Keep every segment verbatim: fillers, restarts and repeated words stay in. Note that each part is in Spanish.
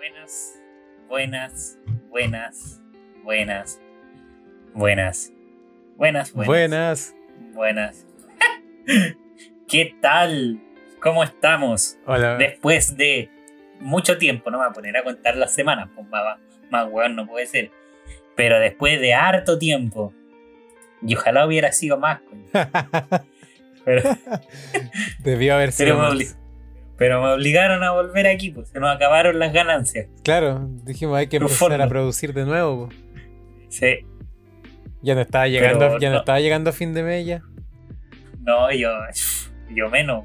buenas, buenas, buenas, buenas, buenas, buenas, buenas, buenas. ¿Qué tal? ¿Cómo estamos? Hola. Después de mucho tiempo, no me voy a poner a contar las semanas, pues más, más weón no puede ser. Pero después de harto tiempo, y ojalá hubiera sido más, coño. Pero, Debió haber sido pero, me más. obli- pero me obligaron a volver aquí, pues se nos acabaron las ganancias. Claro, dijimos hay que Por empezar forma. a producir de nuevo. po. Sí. Ya no estaba llegando, Pero ya no, no. estaba llegando a fin de mes ya. No, yo, yo menos.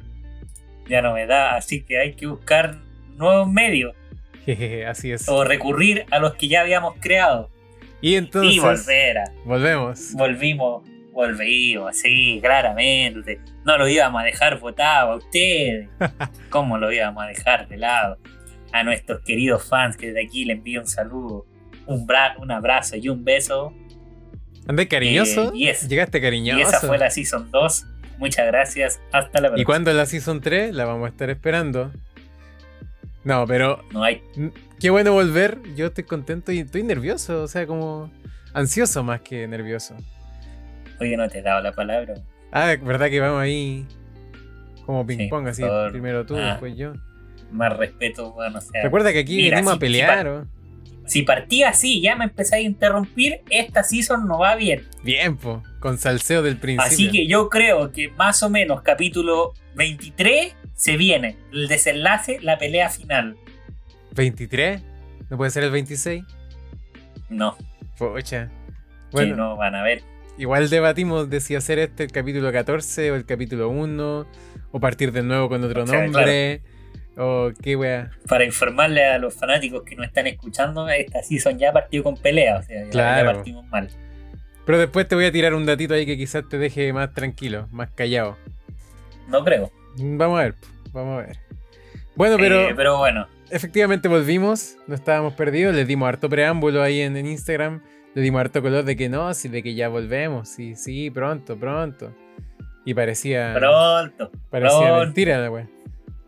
Ya no me da, así que hay que buscar nuevos medios Jejeje, así es. o recurrir a los que ya habíamos creado. Y entonces Y volver a, volvemos. volvimos, volvimos, sí, claramente. No lo íbamos a dejar votado a ustedes. ¿Cómo lo íbamos a dejar de lado? A nuestros queridos fans, que desde aquí les envío un saludo, un, bra- un abrazo y un beso. ¿Andé cariñoso? Eh, yes. Llegaste cariñoso. Y esa fue la Season dos. Muchas gracias. Hasta la próxima. ¿Y cuándo es la Season tres? La vamos a estar esperando. No, pero No hay. mm, qué bueno volver. Yo estoy contento y estoy nervioso. O sea, como ansioso más que nervioso. Oye, no te he dado la palabra. Ah, verdad que vamos ahí como ping Sí, pong, por así. favor. Primero tú, Ah. después yo. Más respeto, bueno, o sea. Recuerda que aquí mira, venimos si- a pelear. ¿o? Si partí así, ya me empezáis a interrumpir, esta season no va bien. Bien, po, con salseo del principio. Así que yo creo que más o menos capítulo veintitrés se viene. El desenlace, la pelea final. ¿veintitrés? ¿No puede ser el veintiséis? No, Pocha. que Bueno, no van a ver. igual debatimos de si hacer este el capítulo catorce o el capítulo uno, o partir de nuevo con otro O sea, nombre, o qué wea. Para informarle a los fanáticos que no están escuchando, esta season ya partió con pelea. O sea, ya, Claro. ya partimos mal. Pero después te voy a tirar un datito ahí que quizás te deje más tranquilo, más callado. No creo. Vamos a ver, vamos a ver. Bueno, pero Eh, pero bueno. efectivamente volvimos, no estábamos perdidos, les dimos harto preámbulo ahí en, en Instagram, le dimos harto color de que no, sí, de que ya volvemos, sí, sí, pronto, pronto. Y parecía, Pronto. parecía pronto. mentira la wea.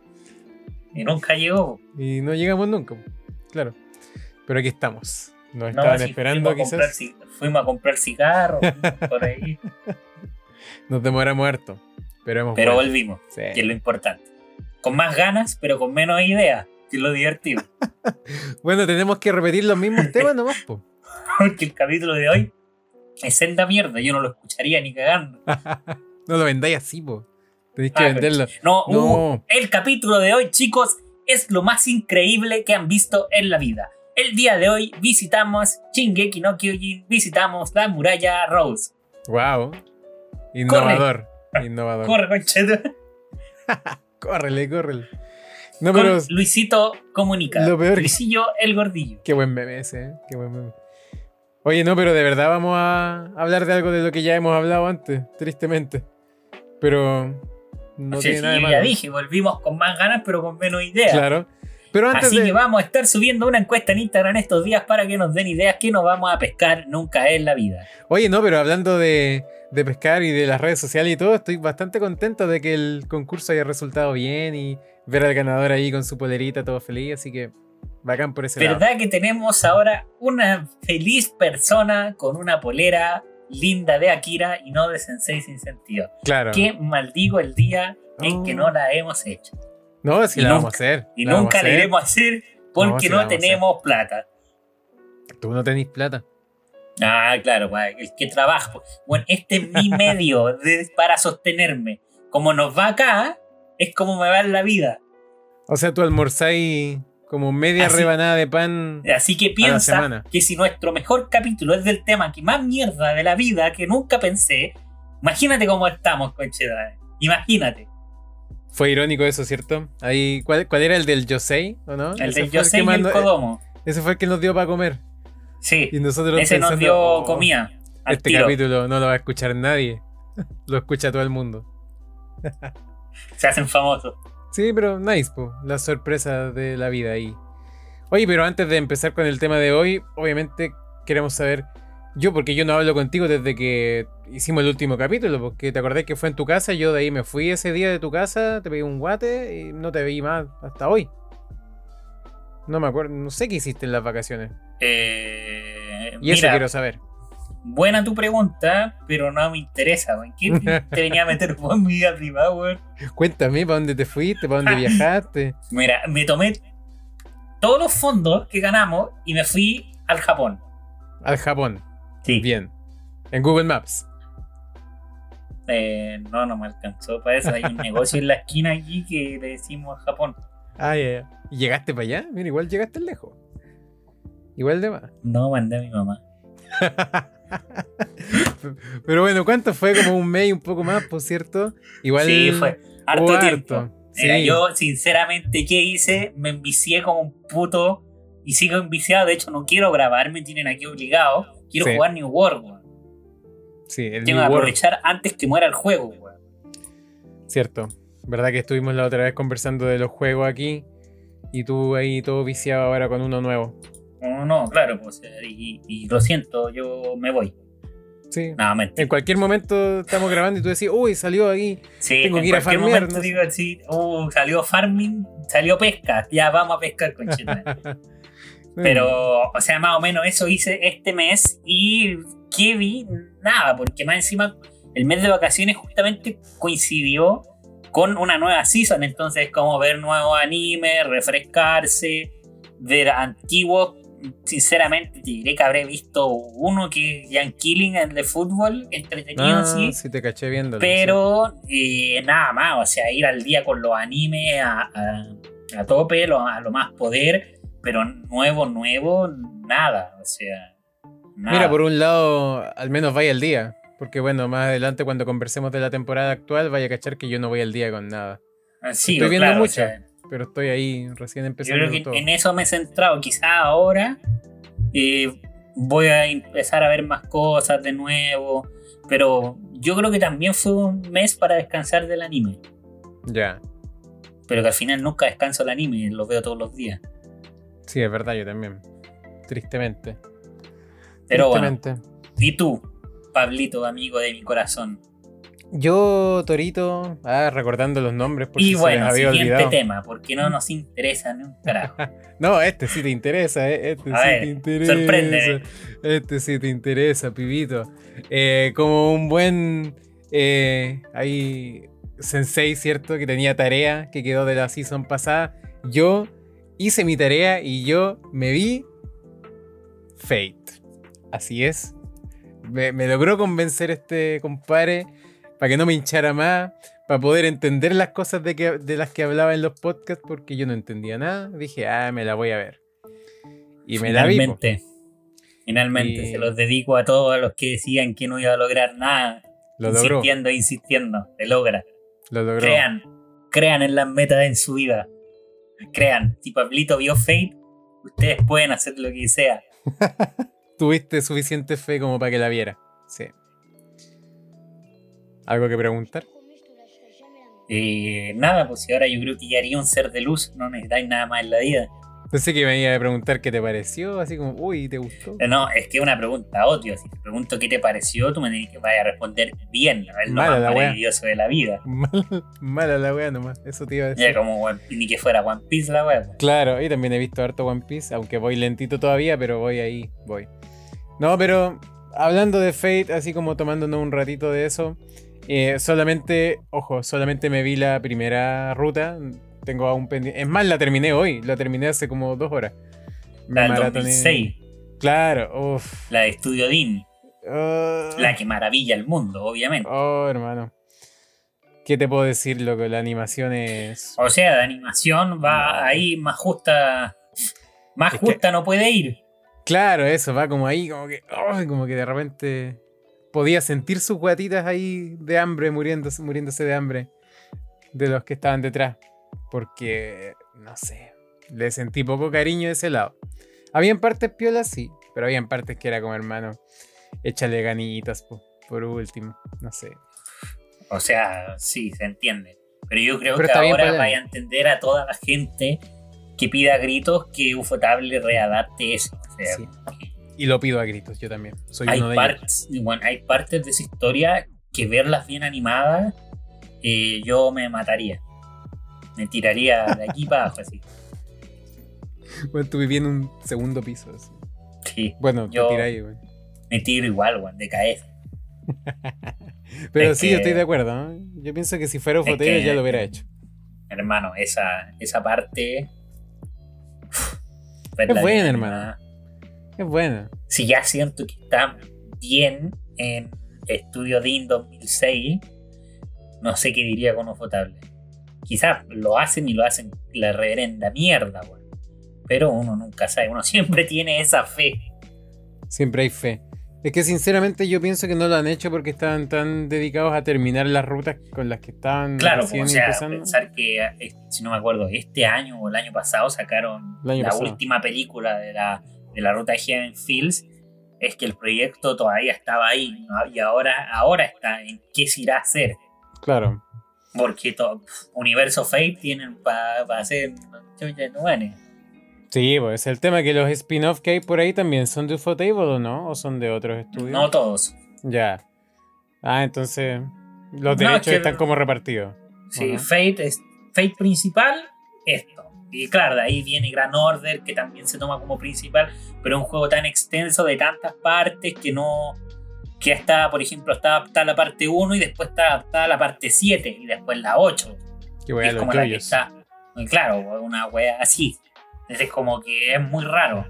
Y nunca llegó. Y no llegamos nunca, claro. Pero aquí estamos. Nos No, estaban sí, esperando fuimos a comprar quizás. ci- fuimos a comprar cigarros por ahí. Nos demoramos harto. Pero hemos Pero vuelto. volvimos, Sí. que es lo importante. Con más ganas, pero con menos ideas, que es lo divertido. Bueno, tenemos que repetir los mismos temas nomás, po. Porque el capítulo de hoy es senda mierda, yo no lo escucharía ni cagando. No lo vendáis así, po. Tenéis que Ah, venderlo. No, No. uh, el capítulo de hoy, chicos, es lo más increíble que han visto en la vida. El día de hoy visitamos Shingeki no Kyojin, visitamos la muralla Rose. Wow. Innovador. Innovador. Corre, concheta. Córrele, córrele. No, Con pero Luisito Comunica. lo peor que- Luisillo el gordillo. qué buen meme ese, ¿eh? Qué buen meme. Oye, no, pero de verdad vamos a hablar de algo de lo que ya hemos hablado antes, tristemente. Pero no Sí, tiene sí, nada de ya malo. dije, volvimos con más ganas, pero con menos ideas. Claro. Pero antes Así de... que vamos a estar subiendo una encuesta en Instagram estos días para que nos den ideas que no vamos a pescar nunca en la vida. Oye, no, pero hablando de, de pescar y de las redes sociales y todo, estoy bastante contento de que el concurso haya resultado bien y ver al ganador ahí con su polerita todo feliz, así que bacán por ese lado. ¿Verdad que tenemos ahora una feliz persona con una polera linda de Akira y no de Sensei sin sentido? Claro. Que maldigo el día en Oh. que no la hemos hecho. No, si Y la nunca- vamos a hacer. Y la vamos nunca a la hacer. iremos a hacer porque No, sí la no, vamos a tenemos plata. Tú no tenés plata. Ah, claro, pues, el que trabaja. Bueno, este es mi medio de- para sostenerme. Como nos va acá, es como me va en la vida. O sea, tú almorzáis como media Así- rebanada de pan. Así que semana. piensa que si nuestro mejor capítulo es del tema que más mierda de la vida que nunca pensé, imagínate cómo estamos, conchedad. Imagínate. Fue irónico eso, ¿cierto? Ahí, ¿cuál, cuál era el del Yosei? ¿O no? El Ese del fue Yosei que y el mandó- Kodomo. Ese fue el que nos dio para comer. Sí, Y nosotros ese nos pensando, dio "Oh, comida. Al Este tiro. capítulo no lo va a escuchar nadie. Lo escucha todo el mundo. Se hacen famosos. Sí, pero nice, po. Las sorpresas de la vida ahí. Oye, pero antes de empezar con el tema de hoy, obviamente queremos saber. Yo, porque yo no hablo contigo desde que hicimos el último capítulo, porque te acordás que fue en tu casa, yo de ahí me fui ese día de tu casa, te pegué un guate y no te vi más hasta hoy. No me acuerdo, no sé qué hiciste en las vacaciones. Eh, Y eso mira, quiero saber. buena tu pregunta, pero no me interesa, weón. ¿Quién te venía a meter vos en mi vida privada, weón? Cuéntame, ¿para dónde te fuiste? ¿Para dónde viajaste? Mira, me tomé todos los fondos que ganamos y me fui al Japón. Al Japón. Sí. Bien. En Google Maps. Eh, no, no me alcanzó para eso. Hay un negocio en la esquina aquí que le decimos Japón. Ah, ya, ya. ¿Y llegaste para allá? Mira, igual llegaste lejos. Igual de más. No, mandé a mi mamá. Pero bueno, ¿cuánto fue? Como un mes y un poco más, por cierto. Igual. Sí, fue harto hubo tiempo. harto. Mira, Sí. yo, sinceramente, ¿qué hice? Me envicié como un puto y sigo enviciado. De hecho, no quiero grabar, me tienen aquí obligado. Quiero Sí. jugar New World, weón. Sí, el Tengo que New World. aprovechar antes que muera el juego, weón. Cierto. ¿Verdad que estuvimos la otra vez conversando de los juegos aquí? Y tú ahí todo viciado ahora con uno nuevo. No, no, claro, pues, y, y lo siento, yo me voy. Sí. Nada, mentira. En cualquier momento estamos grabando y tú decís, uy, salió aquí. Sí, tengo en que ir a cualquier farmear, momento no sé. digo así, uh, salió farming, salió pesca, ya vamos a pescar con Pero, o sea, más o menos eso hice este mes y ¿qué vi? Nada, porque más encima el mes de vacaciones justamente coincidió con una nueva season, entonces como ver nuevos animes, refrescarse, ver antiguos. Sinceramente te diré que habré visto uno que es Young Killing, el de fútbol, entretenido Ah, así. sí, te caché viéndolo. Pero eh, nada más, o sea, ir al día con los animes a, a, a tope, lo, a lo más poder, pero nuevo, nuevo, nada, o sea, nada. Mira, por un lado, al menos vaya al día. Porque bueno, más adelante cuando conversemos de la temporada actual, vaya a cachar que yo no voy al día con nada. Sí, estoy viendo claro, mucho, o sea, pero estoy ahí recién yo empezando creo que todo. en eso me he centrado, quizás ahora eh, voy a empezar a ver más cosas de nuevo, pero yo creo que también fue un mes para descansar del anime, Ya, pero que al final nunca descanso del anime, lo veo todos los días. sí, es verdad, yo también. Tristemente. Pero bueno, Tristemente. ¿y tú, Pablito, amigo de mi corazón? Yo, Torito, ah, recordando los nombres porque Y se bueno, les había siguiente olvidado. tema, porque no nos interesa ni un carajo. No, este sí te interesa, eh, este A sí ver, te interesa. sorpréndeme. Este sí te interesa, pibito. Eh, como un buen eh, ahí sensei, ¿cierto? Que tenía tarea, que quedó de la season pasada. Yo hice mi tarea y yo me vi Fate. Así es. Me, me logró convencer este compadre para que no me hinchara más, para poder entender las cosas de, que, de las que hablaba en los podcasts, porque yo no entendía nada. Dije, ah, me la voy a ver. Y me la vi. po. Finalmente, finalmente Y- se los dedico a todos los que decían que no iba a lograr nada. Lo logró. insistiendo, e insistiendo, se logra. Lo logró. Crean, crean en las metas en su vida. Crean, si Pablito vio Fate, ustedes pueden hacer lo que sea. Tuviste suficiente fe como para que la viera. Sí. ¿Algo que preguntar? Eh, nada, pues si ahora yo creo que ya haría un ser de luz, no necesitáis nada más en la vida. Pensé que me iba a preguntar qué te pareció, así como, uy, ¿te gustó? Eh, No, es que es una pregunta odio. Si te pregunto qué te pareció, tú me tienes que vaya a responder bien. Es lo Mala más la wea. maravilloso de la vida. Mala, mala la wea nomás, eso te iba a decir. Ya como One- ni que fuera One Piece la wea. Claro, y también he visto harto One Piece, aunque voy lentito todavía, pero voy ahí, voy. No, pero hablando de Fate, así como tomándonos un ratito de eso, eh, solamente, ojo, solamente me vi la primera ruta. Tengo aún pendiente. Es más, la terminé hoy, la terminé hace como dos horas. La del dos maratoneé. mil seis, Claro, uff. la de Studio Dean. La que maravilla el mundo, obviamente. Oh, hermano. ¿Qué te puedo decir, loco? La animación es. O sea, de animación va No. ahí más justa. Más Es que- justa no puede ir. Claro, eso, va como ahí, como que. Ay, como que de repente. Podía sentir sus guatitas ahí de hambre, muriéndose, muriéndose de hambre. De los que estaban detrás. Porque. No sé. Le sentí poco cariño de ese lado. Habían partes piolas, sí. Pero habían partes que era como, hermano. Échale ganitas, po, por último. No sé. O sea, sí, se entiende. Pero yo creo Pero que está bien ahora para- vaya a entender a toda la gente que pida a gritos que Ufotable readapte eso. O sea, Sí. Y lo pido a gritos, yo también. Soy hay, uno de ellos. partes, bueno, hay partes de esa historia que verlas bien animadas, eh, yo me mataría. Me tiraría de aquí para abajo así. Bueno, tú vivías en un segundo piso. Así. Sí. Bueno, yo te tiráis, güey. me tiro igual, weón, de cabeza. Pero Es sí, que- yo estoy de acuerdo, ¿no? Yo pienso que si fuera Es Ufotable que- ya lo hubiera hecho. Hermano, esa, esa parte. Es buena, hermano. Es buena. Si ya siento que está bien en Estudio Dean dos mil seis, no sé qué diría con Ufotable. Quizás lo hacen y lo hacen la reverenda mierda, weón. Pero uno nunca sabe, uno siempre tiene esa fe. Siempre hay fe. Es que sinceramente yo pienso que no lo han hecho porque estaban tan dedicados a terminar las rutas con las que estaban Claro, recién o sea, empezando. pensar que, eh, si no me acuerdo, este año o el año pasado sacaron El año la pasado. última película de la, de la ruta de Heaven Fields, es que el proyecto todavía estaba ahí, ¿no? Y ahora, ahora está en qué se irá a hacer. Claro. Porque to, Universo Fate tienen para pa hacer chucha nuanes. Sí, pues el tema que los spin-off que hay por ahí también son de Ufotable o no, o son de otros estudios. No todos. Ya. Ah, entonces los No, derechos es que- están como repartidos. Sí, Ajá. Fate es Fate principal, esto. Y claro, de ahí viene Grand Order, que también se toma como principal, pero es un juego tan extenso de tantas partes que no. Que está, por ejemplo, está, está la parte uno y después está, está la parte siete y después la ocho. Que Y voy a es los como la que yoyos. está. Y claro, una wea así. Entonces, como que es muy raro.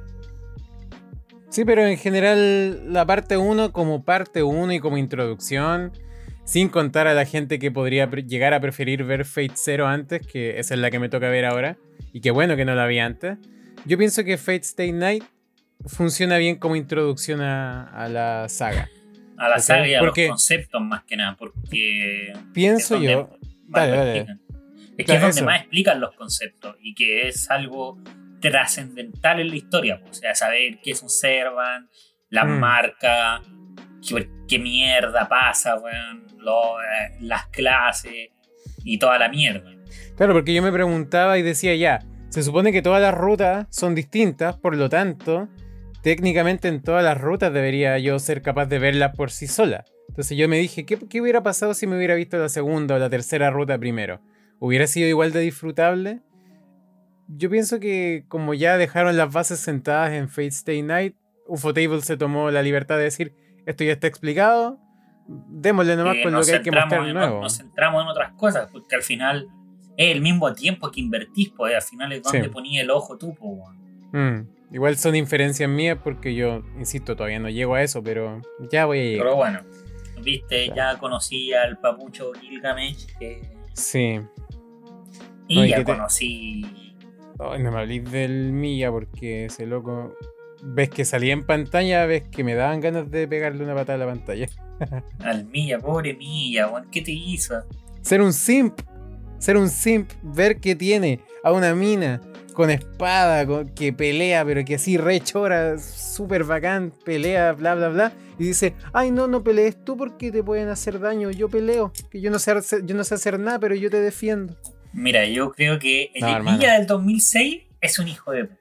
Sí, pero en general la parte uno como parte uno y como introducción, sin contar a la gente que podría pre- llegar a preferir ver Fate Zero antes, que esa es la que me toca ver ahora, y qué bueno que no la vi antes. Yo pienso que Fate Stay Night funciona bien como introducción a, a la saga. A la Ok, saga y a porque- los conceptos más que nada, porque Pienso es donde yo... más Dale, lo dale. explican. Es que Claro, es donde eso. más explican los conceptos y que es algo trascendental en la historia. O sea, saber qué es un Servant, la Mm. marca, qué, qué mierda pasa, weón, lo- eh, las clases y toda la mierda. Claro, porque yo me preguntaba y decía ya, se supone que todas las rutas son distintas, por lo tanto, técnicamente en todas las rutas debería yo ser capaz de verlas por sí sola. Entonces yo me dije, ¿qué, qué hubiera pasado si me hubiera visto la segunda o la tercera ruta primero? ¿Hubiera sido igual de disfrutable? Yo pienso que como ya dejaron las bases sentadas en Fate Stay Night, Ufotable se tomó la libertad de decir, esto ya está explicado, démosle nomás Que con lo nos que hay que centramos mostrar en- nuevo. Nos centramos en otras cosas, porque al final es el mismo tiempo que invertís, pues al final es donde Sí. ponías el ojo tú, pues, weón. Mm, igual son inferencias mías porque yo, insisto, todavía no llego a eso, pero ya voy a llegar. Pero bueno, viste, Claro. ya conocí al papucho Gilgamesh que- Sí. y No, y ya que te- conocí. Ay, no me hablís del Milla porque ese loco. Ves que salía en pantalla, ves que me daban ganas de pegarle una patada a la pantalla. Al Milla, pobre Milla, weón, ¿qué te hizo? Ser un simp. Ser un simp. Ver que tiene a una mina con espada, con- que pelea, pero que así re chora, súper bacán, pelea, bla, bla, bla. Y dice, ay, no, no pelees tú porque te pueden hacer daño. Yo peleo. Que yo no sé, hacer- yo no sé hacer nada, pero yo te defiendo. Mira, yo creo que el No, de hermano. Milla del dos mil seis es un hijo de puta.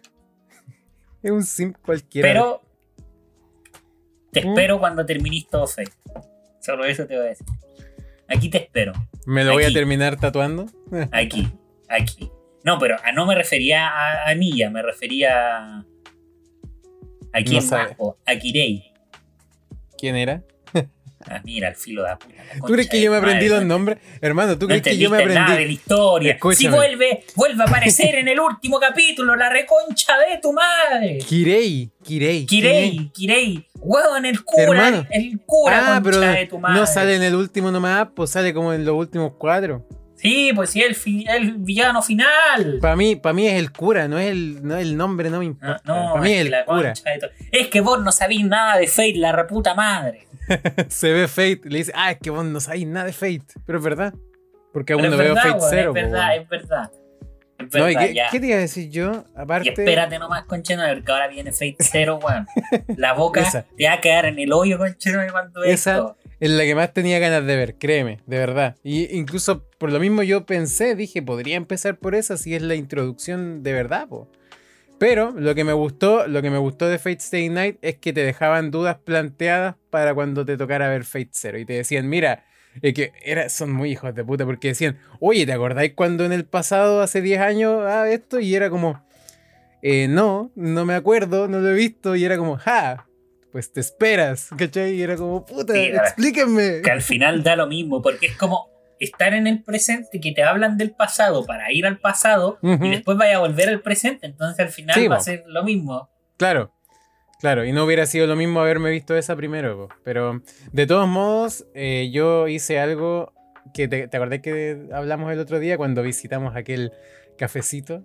Es un simp cualquiera. Pero te ¿Mm? espero cuando terminís todo Fate. Solo eso te voy a decir. Aquí te espero. ¿Me lo voy a Aquí. terminar tatuando? Aquí, aquí. No, pero a- no me refería a, a Milla, me refería a. ¿A quién sabe. más? po? A Kirei. ¿Quién era? Ah, mira, el filo de la puta. la ¿Tú concha crees que de yo me tu aprendí madre, los no- nombres? Hermano, ¿tú No crees que yo me entendiste nada de aprendí? la historia. Escúchame. Si vuelve, vuelve a aparecer en el último capítulo, la reconcha de tu madre. Kirei, Kirei. ¿quién es? Kirei, Kirei. Huevón, el cura, Hermano. el, el cura, Ah, concha pero de tu madre. no sale en el último nomás, pues sale como en los últimos cuatro. Sí, pues sí, el, fi- el villano final. Para mí, para mí es el cura, no es el, no es el nombre, no me No, importa. no, para mí es es que el la cura. concha de to- Es que vos no sabís nada de Fate, la reputa madre. Se ve Fate, le dice, ah, es que vos no sabéis nada de Fate. Pero es verdad. Porque aún Pero no es veo verdad, Fate weón, Zero. es po, verdad, weón. es verdad. Es No, ¿y verdad, qué, ya. qué te iba a decir yo? Y Aparte. espérate nomás, conchetumare, porque ahora viene Fate Zero, weón. La boca Esa. te va a quedar en el hoyo, conchetumare, cuando Esa- esto. Es la que más tenía ganas de ver, créeme, de verdad. Y incluso por lo mismo yo pensé, dije, podría empezar por esa si es la introducción de verdad, po. Pero lo que me gustó, lo que me gustó de Fate Stay Night es que te dejaban dudas planteadas para cuando te tocara ver Fate Zero. Y te decían, mira, es que era, son muy hijos de puta, porque decían, oye, ¿te acordáis cuando en el pasado, hace diez años, ah, esto? Y era como, eh, no, no me acuerdo, no lo he visto. Y era como, ja, pues te esperas, ¿cachai? Y era como, puta, sí, explíquenme. Que al final da lo mismo, porque es como estar en el presente, que te hablan del pasado para ir al pasado, uh-huh. y después vaya a volver al presente. Entonces al final sí, va po. a ser lo mismo. Claro. Claro, y no hubiera sido lo mismo haberme visto esa primero, po. Pero de todos modos, eh, yo hice algo que te, te acordás que hablamos el otro día cuando visitamos aquel cafecito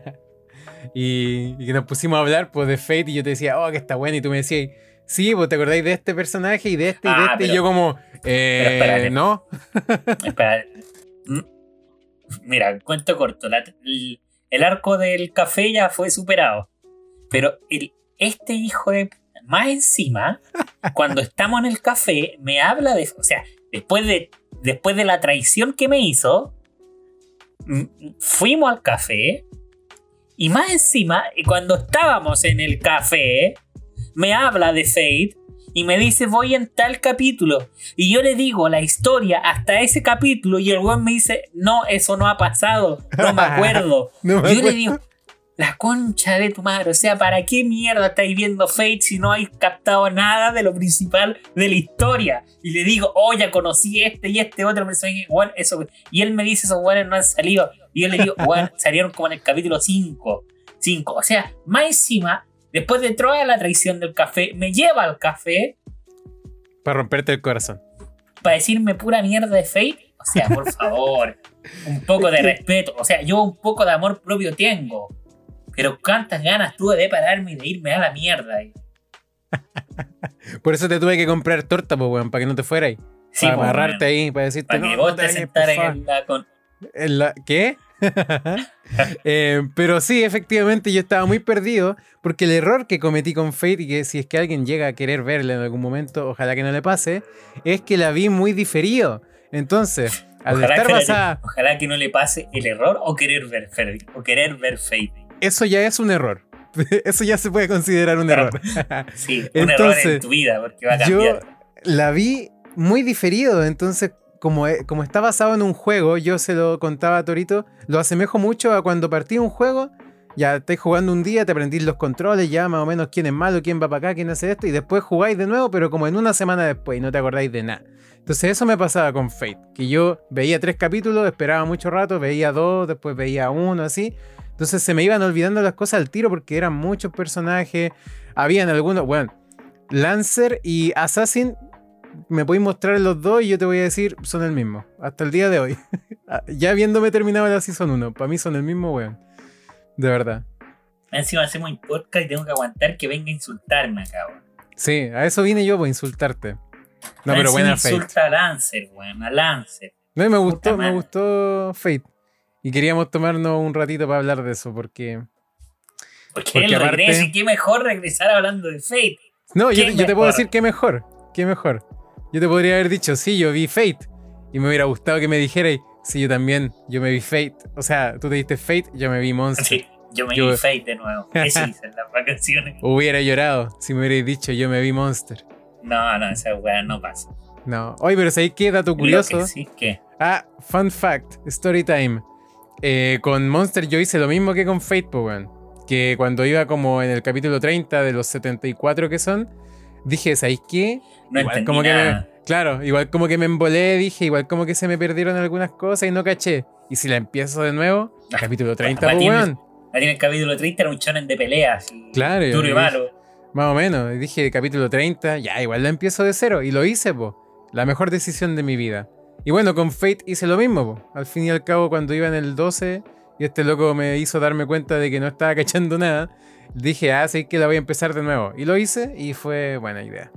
y, y que nos pusimos a hablar pues, de Fate y yo te decía, oh, que está bueno, y tú me decías, sí, pues te acordáis de este personaje y de este y de ah, este, pero, y yo como, eh, no. Espera, mira, cuento corto, la, el, el arco del café ya fue superado, pero el Este hijo de... Más encima, cuando estamos en el café, me habla de... O sea, después de, después de la traición que me hizo, fuimos al café, y más encima, cuando estábamos en el café, me habla de Fate, y me dice, voy en tal capítulo. Y yo le digo la historia hasta ese capítulo, y el weón me dice, no, eso no ha pasado, no me acuerdo. no me yo acuerdo. Le digo... La concha de tu madre, o sea, ¿para qué mierda estáis viendo Fate si no habéis captado nada de lo principal de la historia? Y le digo, oh, ya conocí este y este otro personaje, bueno, eso. Y él me dice, esos buenos no han salido. Y yo le digo, bueno, salieron como en el capítulo cinco. cinco. O sea, más encima, después de toda la traición del café, me lleva al café. Para romperte el corazón. Para decirme pura mierda de Fate. O sea, por favor, un poco de respeto. O sea, yo un poco de amor propio tengo. Pero cuántas ganas tuve de pararme y de irme a la mierda. Por eso te tuve que comprar torta, pues, weón, para que no te fueras ahí. Sí, para amarrarte bueno. ahí, para decirte... Para que no, vos no te, te sentaras en la... Con... ¿En la ¿Qué? eh, pero sí, efectivamente, yo estaba muy perdido, porque el error que cometí con Fate, y que si es que alguien llega a querer verla en algún momento, ojalá que no le pase, es que la vi muy diferido. Entonces, al ojalá estar que basada... Le, ojalá que no le pase el error o querer ver, o querer ver Fate. Eso ya es un error. Eso ya se puede considerar un error. Sí, un entonces, error en tu vida, porque va a cambiar. Yo la vi muy diferido, entonces como, como está basado en un juego, yo se lo contaba a Torito, lo asemejo mucho a cuando partí un juego, ya estáis jugando un día, te aprendís los controles, ya más o menos quién es malo, quién va para acá, quién hace esto, y después jugáis de nuevo, pero como en una semana después, y no te acordáis de nada. Entonces eso me pasaba con Fate, que yo veía tres capítulos, esperaba mucho rato, veía dos, después veía uno, así... Entonces se me iban olvidando las cosas al tiro porque eran muchos personajes. Habían algunos, bueno, Lancer y Assassin, me podéis mostrar los dos y yo te voy a decir, son el mismo. Hasta el día de hoy. Ya habiéndome terminado la Season uno, para mí son el mismo, weón. De verdad. Encima hacemos un podcast y tengo que aguantar que venga a insultarme acá, weón. Sí, a eso vine yo, por insultarte. No, pero buena Fate. Insulta a Lancer, weón, a Lancer. No, me gustó, me gustó Fate. Y queríamos tomarnos un ratito para hablar de eso, porque... Porque, porque él aparte... regresa, y qué mejor regresar hablando de Fate. No, yo, yo te puedo decir qué mejor, qué mejor. Yo te podría haber dicho, sí, yo vi Fate. Y me hubiera gustado que me dijerais, sí, yo también, yo me vi Fate. O sea, tú te diste Fate, yo me vi Monster. Sí, yo me yo... vi Fate de nuevo. Eso dicen las vacaciones. Hubiera llorado si me hubierais dicho, yo me vi Monster. No, no, esa weá no pasa. No. Oye, pero ¿sabéis qué dato curioso? Que sí, ¿qué? Ah, fun fact, story time. Eh, con Monster yo hice lo mismo que con Fate, po, weón. Que cuando iba como en el capítulo treinta de los setenta y cuatro que son, dije, ¿sabéis qué? No igual como que me, claro, igual como que me embolé, dije, igual como que se me perdieron algunas cosas y no caché. Y si la empiezo de nuevo, ah, capítulo treinta, po, weón. En el capítulo treinta era un shonen de peleas. Y claro, duro y malo. Más o menos. Y dije, capítulo treinta, ya, igual la empiezo de cero. Y lo hice, po. La mejor decisión de mi vida. Y bueno, con Fate hice lo mismo, po. Al fin y al cabo, cuando iba en el doce y este loco me hizo darme cuenta de que no estaba cachando nada, dije, ah, sí que la voy a empezar de nuevo. Y lo hice y fue buena idea.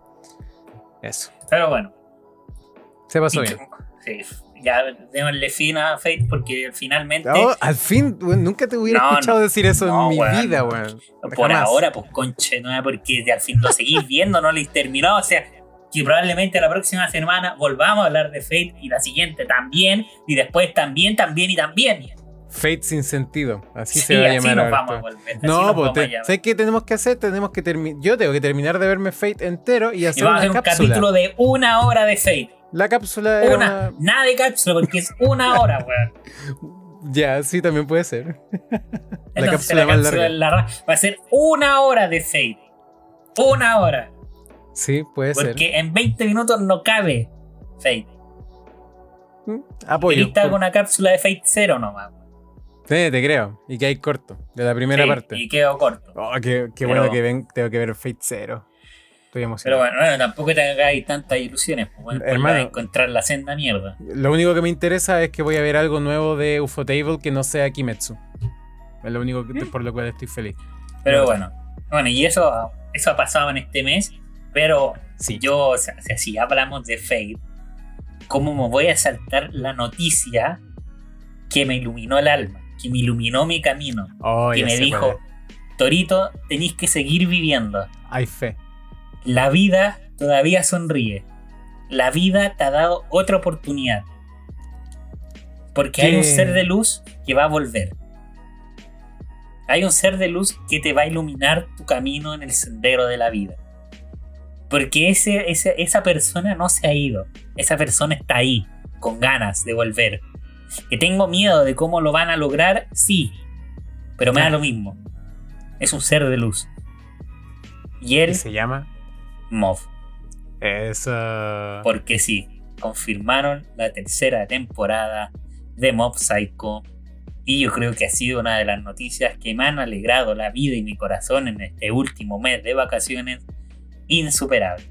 Eso. Pero bueno. Se pasó bien. Sí, ya démosle fin a Fate porque finalmente... Oh, al fin, bueno, nunca te hubiera no, escuchado no, decir eso no, en mi bueno, vida, weón. Por jamás. Ahora, pues conche, no, porque al fin lo seguís viendo, no le terminó, o sea... que probablemente la próxima semana volvamos a hablar de Fate y la siguiente también, y después también, también y también. Fate sin sentido, así sí, se va a llamar. Así nos vamos a volver. No, pues, te, ¿sabes qué tenemos que hacer? Tenemos que terminar. Yo tengo que terminar de verme Fate entero y hacer, y vamos una a hacer cápsula. un capítulo de una hora de Fate. La cápsula era una, una... Nada de cápsula, porque es una hora, weón. Ya, sí, también puede ser. La Entonces cápsula la más cápsula larga. la ra- va a ser una hora de Fate. Una hora. Sí, puede ser. Porque en veinte minutos no cabe Fate. Mm, Apoyo. Lista con una cápsula de Fate cero nomás. Sí, te creo. Y que hay corto. De la primera Sí, parte. y quedó corto. Oh, qué, qué Pero- bueno que ven, tengo que ver Fate Zero. Estoy Pero emocionado. bueno, bueno, tampoco te hagáis tantas ilusiones. Pues, bueno, Hermano. por la- encontrar la senda mierda. Lo único que me interesa es que voy a ver algo nuevo de Ufotable que no sea Kimetsu. Es lo único que, por lo cual estoy feliz. Pero bueno, bueno, y eso, eso ha pasado en este mes. Pero Sí. yo, o sea, si hablamos de Fate, ¿cómo me voy a saltar la noticia que me iluminó el alma? Que me iluminó mi camino. Oh, que ya me sé dijo, cuál Torito, tenéis que seguir viviendo. es. Hay fe. La vida todavía sonríe. La vida te ha dado otra oportunidad. Porque hay un ¿Qué? ser de luz que va a volver. Hay un ser de luz que te va a iluminar tu camino en el sendero de la vida. Porque ese, ese, esa persona no se ha ido. Esa persona está ahí, con ganas de volver. Que tengo miedo de cómo lo van a lograr, sí. Pero me da lo mismo. Es un ser de luz. Y él, ¿Qué se llama? Moff. Eso. Porque sí, confirmaron la tercera temporada de Mob Psycho. Y yo creo que ha sido una de las noticias que me han alegrado la vida y mi corazón en este último mes de vacaciones. Insuperable.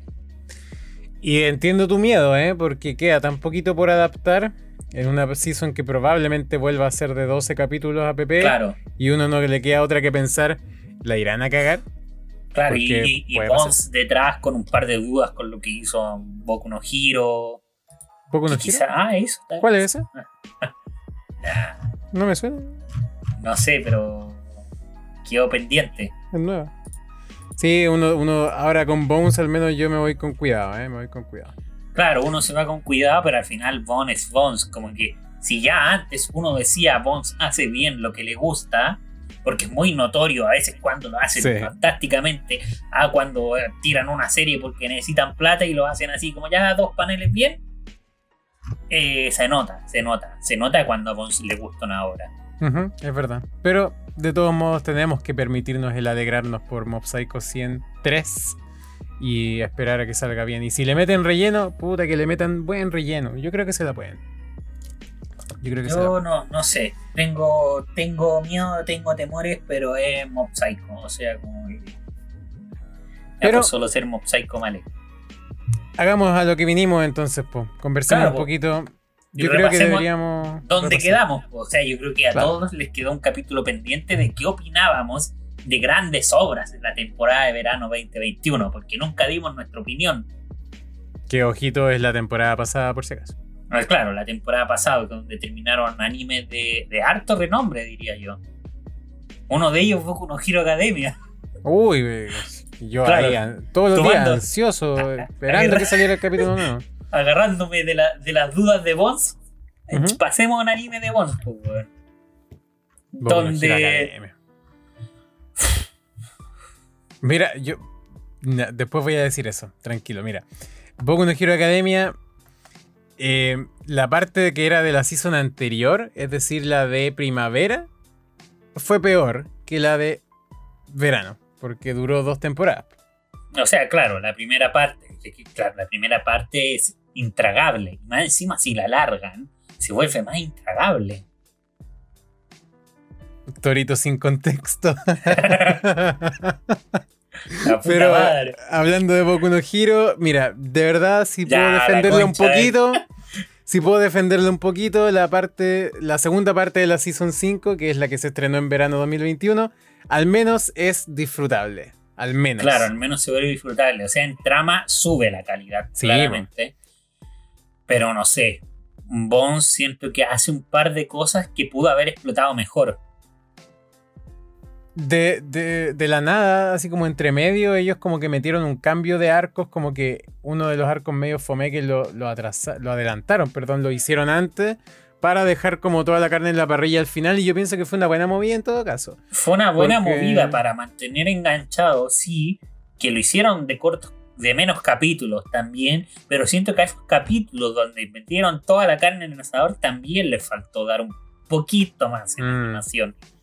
Y entiendo tu miedo, ¿eh? Porque queda tan poquito por adaptar. En una season que probablemente vuelva a ser de doce capítulos a P P. Claro, Y uno no le queda otra que pensar, ¿la irán a cagar? claro. Porque Y, y puede Bones detrás con un par de dudas con lo que hizo Boku no Hero. ¿Poco Que nos quizá, ah, eso. tal ¿Cuál vez. es ese? Ah, No me suena. no sé, pero quedó pendiente. Es nueva. Sí, uno, uno ahora con Bones al menos yo me voy con cuidado, ¿eh? Me voy con cuidado. Claro, uno se va con cuidado, pero al final Bones es Bones. Como que si ya antes uno decía Bones hace bien lo que le gusta, porque es muy notorio a veces cuando lo hacen Sí. fantásticamente, a cuando eh, tiran una serie porque necesitan plata y lo hacen así como ya dos paneles bien, eh, se nota, se nota. Se nota cuando a Bones le gusta una obra. Ujú, es verdad. Pero de todos modos tenemos que permitirnos el alegrarnos por Mob Psycho ciento tres y esperar a que salga bien. Y si le meten relleno, puta que le metan buen relleno. Yo creo que se la pueden. Yo creo que se la Yo pueden. no, no sé, tengo, tengo miedo, tengo temores, pero es Mob Psycho, o sea, como que... Ya Pero- por solo ser Mob Psycho mal. Hagamos a lo que vinimos entonces, po. Conversemos Claro, un po. poquito. Y Yo creo que repasemos deberíamos. ¿Dónde repasar. quedamos? O sea, yo creo que a Claro. todos les quedó un capítulo pendiente de qué opinábamos de grandes obras de la temporada de verano veinte veintiuno, porque nunca dimos nuestra opinión. Que ojito es la temporada pasada, por si acaso. Ah, claro, la temporada pasada, donde terminaron animes de, de harto renombre, diría yo. Uno de ellos, Boku no Hero Academia. Uy, eh, yo Claro. ahí an- todos los días Tomando- ansioso, esperando que saliera el capítulo nuevo. Agarrándome de, la, de las dudas de Bones, eh, Ujú. pasemos a un anime de Bones, pues, weón. Boku no Hero Donde... Academia. Mira, yo. na- después voy a decir eso, tranquilo, mira. Boku no Hero Academia. eh, la parte que era de la season anterior, es decir, la de primavera, fue peor que la de verano, porque duró dos temporadas. O sea, claro, la primera parte, que- que, claro, la primera parte es intragable. Y más encima, si la alargan, se vuelve más intragable. Torito sin contexto. La puta Pero madre. hablando de Boku no Hero, mira, de verdad, si Ya, puedo la defenderlo un concha de- poquito, si puedo defenderlo un poquito, la parte, la segunda parte de la Season cinco, que es la que se estrenó en verano dos mil veintiuno, al menos es disfrutable. Al menos. Claro, al menos se vuelve disfrutable. O sea, en trama sube la calidad, Sí, claramente. Pero no sé. Bones siento que hace un par de cosas que pudo haber explotado mejor. De, de, de la nada, así como entre medio, ellos como que metieron un cambio de arcos, como que uno de los arcos medio fome que lo, lo, atrasa- lo adelantaron, perdón, lo hicieron antes para dejar como toda la carne en la parrilla al final, y yo pienso que fue una buena movida en todo caso. Fue una buena Porque- movida para mantener enganchado, sí, que lo hicieron de cortos, de menos capítulos también, pero siento que a esos capítulos donde metieron toda la carne en el asador también les faltó dar un poquito más en Mm. animación.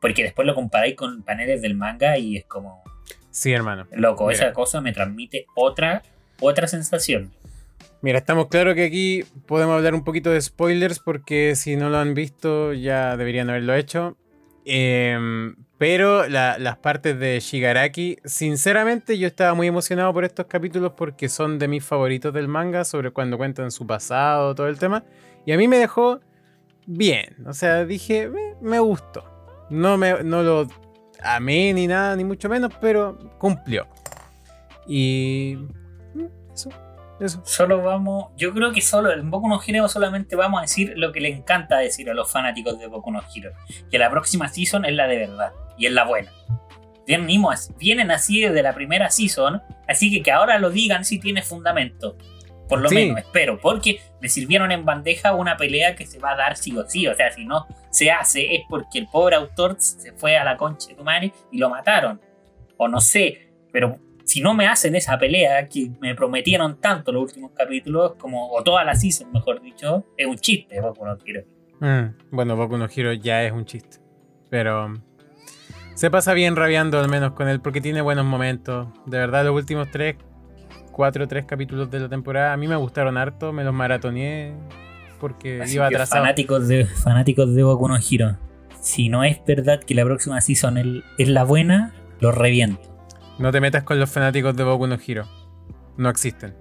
Porque después lo comparáis con paneles del manga y es como... Sí, hermano. Loco, Mira. esa cosa me transmite otra, otra sensación. Mira, estamos claros que aquí podemos hablar un poquito de spoilers porque si no lo han visto ya deberían haberlo hecho. Eh, pero la- las partes de Shigaraki, sinceramente yo estaba muy emocionado por estos capítulos porque son de mis favoritos del manga, sobre cuando cuentan su pasado, todo el tema. Y a mí me dejó bien, o sea, dije, me, me gustó. No, me, no lo amé ni nada, ni mucho menos, pero cumplió. Y... mm, Eso, eso. Solo vamos, yo creo que solo en Boku no Hero solamente vamos a decir lo que le encanta decir a los fanáticos de Boku no Hero, que la próxima season es la de verdad y es la buena. Venimos, vienen así desde la primera season, así que que ahora lo digan si tiene fundamento. Por lo Sí. menos, espero, porque me sirvieron en bandeja una pelea que se va a dar sí o sí. O sea, si no se hace es porque el pobre autor se fue a la concha de tu madre y lo mataron. O no sé, pero si no me hacen esa pelea que me prometieron tanto los últimos capítulos, como, o toda la season, mejor dicho, es un chiste, Boku no Hero. Mm, bueno, Boku no Hero ya es un chiste. Pero se pasa bien rabiando al menos con él porque tiene buenos momentos. De verdad, los últimos tres, cuatro, tres capítulos de la temporada a mí me gustaron harto. Me los maratoneé porque Así iba que atrasado. fanáticos de, fanáticos de Boku no Hero, si no es verdad que la próxima season el- es la buena, lo reviento. No te metas con los fanáticos de Boku no Hero. No existen.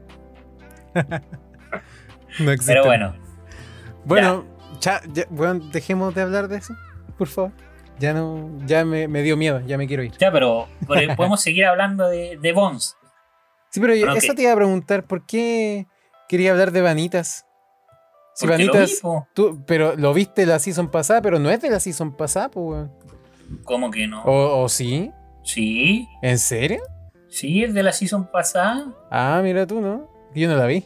No existen. Pero bueno, Bueno, cha- ya- bueno, dejemos de hablar de eso, por favor. Ya no, ya me, me dio miedo, ya me quiero ir. ya, pero pero podemos seguir hablando de, de Bones. Sí, pero yo- Bueno, eso ok. te iba a preguntar, ¿por qué quería hablar de Vanitas? Si Porque lo Vanitas, vi, po. tú, pero lo viste la season pasada, pero no es de la season pasada, pues, weón. ¿Cómo que no? ¿O, o sí? Sí, ¿En serio? sí, es de la season pasada. Ah, mira tú, ¿no? Yo no la vi.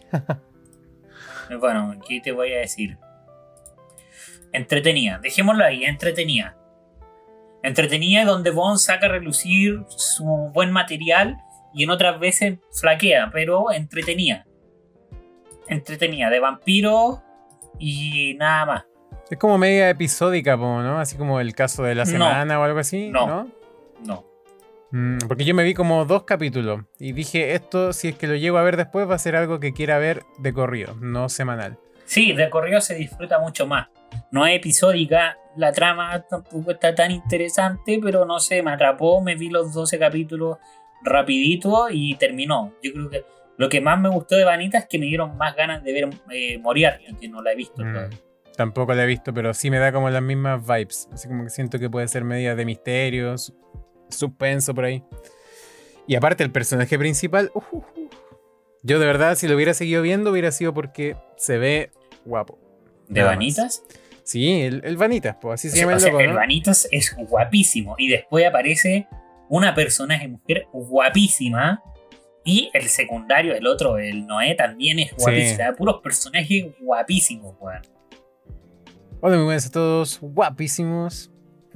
Bueno, ¿qué te voy a decir? Entretenida, dejémoslo ahí, entretenida. Entretenida donde Bones saca a relucir su buen material y en otras veces flaquea, pero entretenida. Entretenida, de vampiro y nada más. Es como media episódica, po, ¿no? Así como el caso de la No. semana o algo así, No. ¿no? No. Mm, porque yo me vi como dos capítulos y dije, esto, si es que lo llego a ver después, va a ser algo que quiera ver de corrido, no semanal. Sí, de corrido se disfruta mucho más. No es episódica, la trama tampoco está tan interesante, pero no sé, me atrapó, me vi los doce capítulos rapidito y terminó. Yo creo que lo que más me gustó de Vanita es que me dieron más ganas de ver eh, Moriarty, que no la he visto Mm, todavía. tampoco la he visto, pero sí me da como las mismas vibes. Así como que siento que puede ser media de misterio, su- suspenso por ahí. Y aparte el personaje principal, uh, uh, uh. Yo de verdad, si lo hubiera seguido viendo, hubiera sido porque se ve guapo. ¿De Nada más. Vanitas? Sí, el, el Vanitas, pues así se O sea, llama o el sea, loco, el ¿no? Vanitas es guapísimo. Y después aparece una personaje mujer guapísima. Y el secundario, el otro, el Noé, también es guapísimo. Sí. O sea, puros personajes guapísimos, weón. Hola, muy buenas a todos, guapísimos.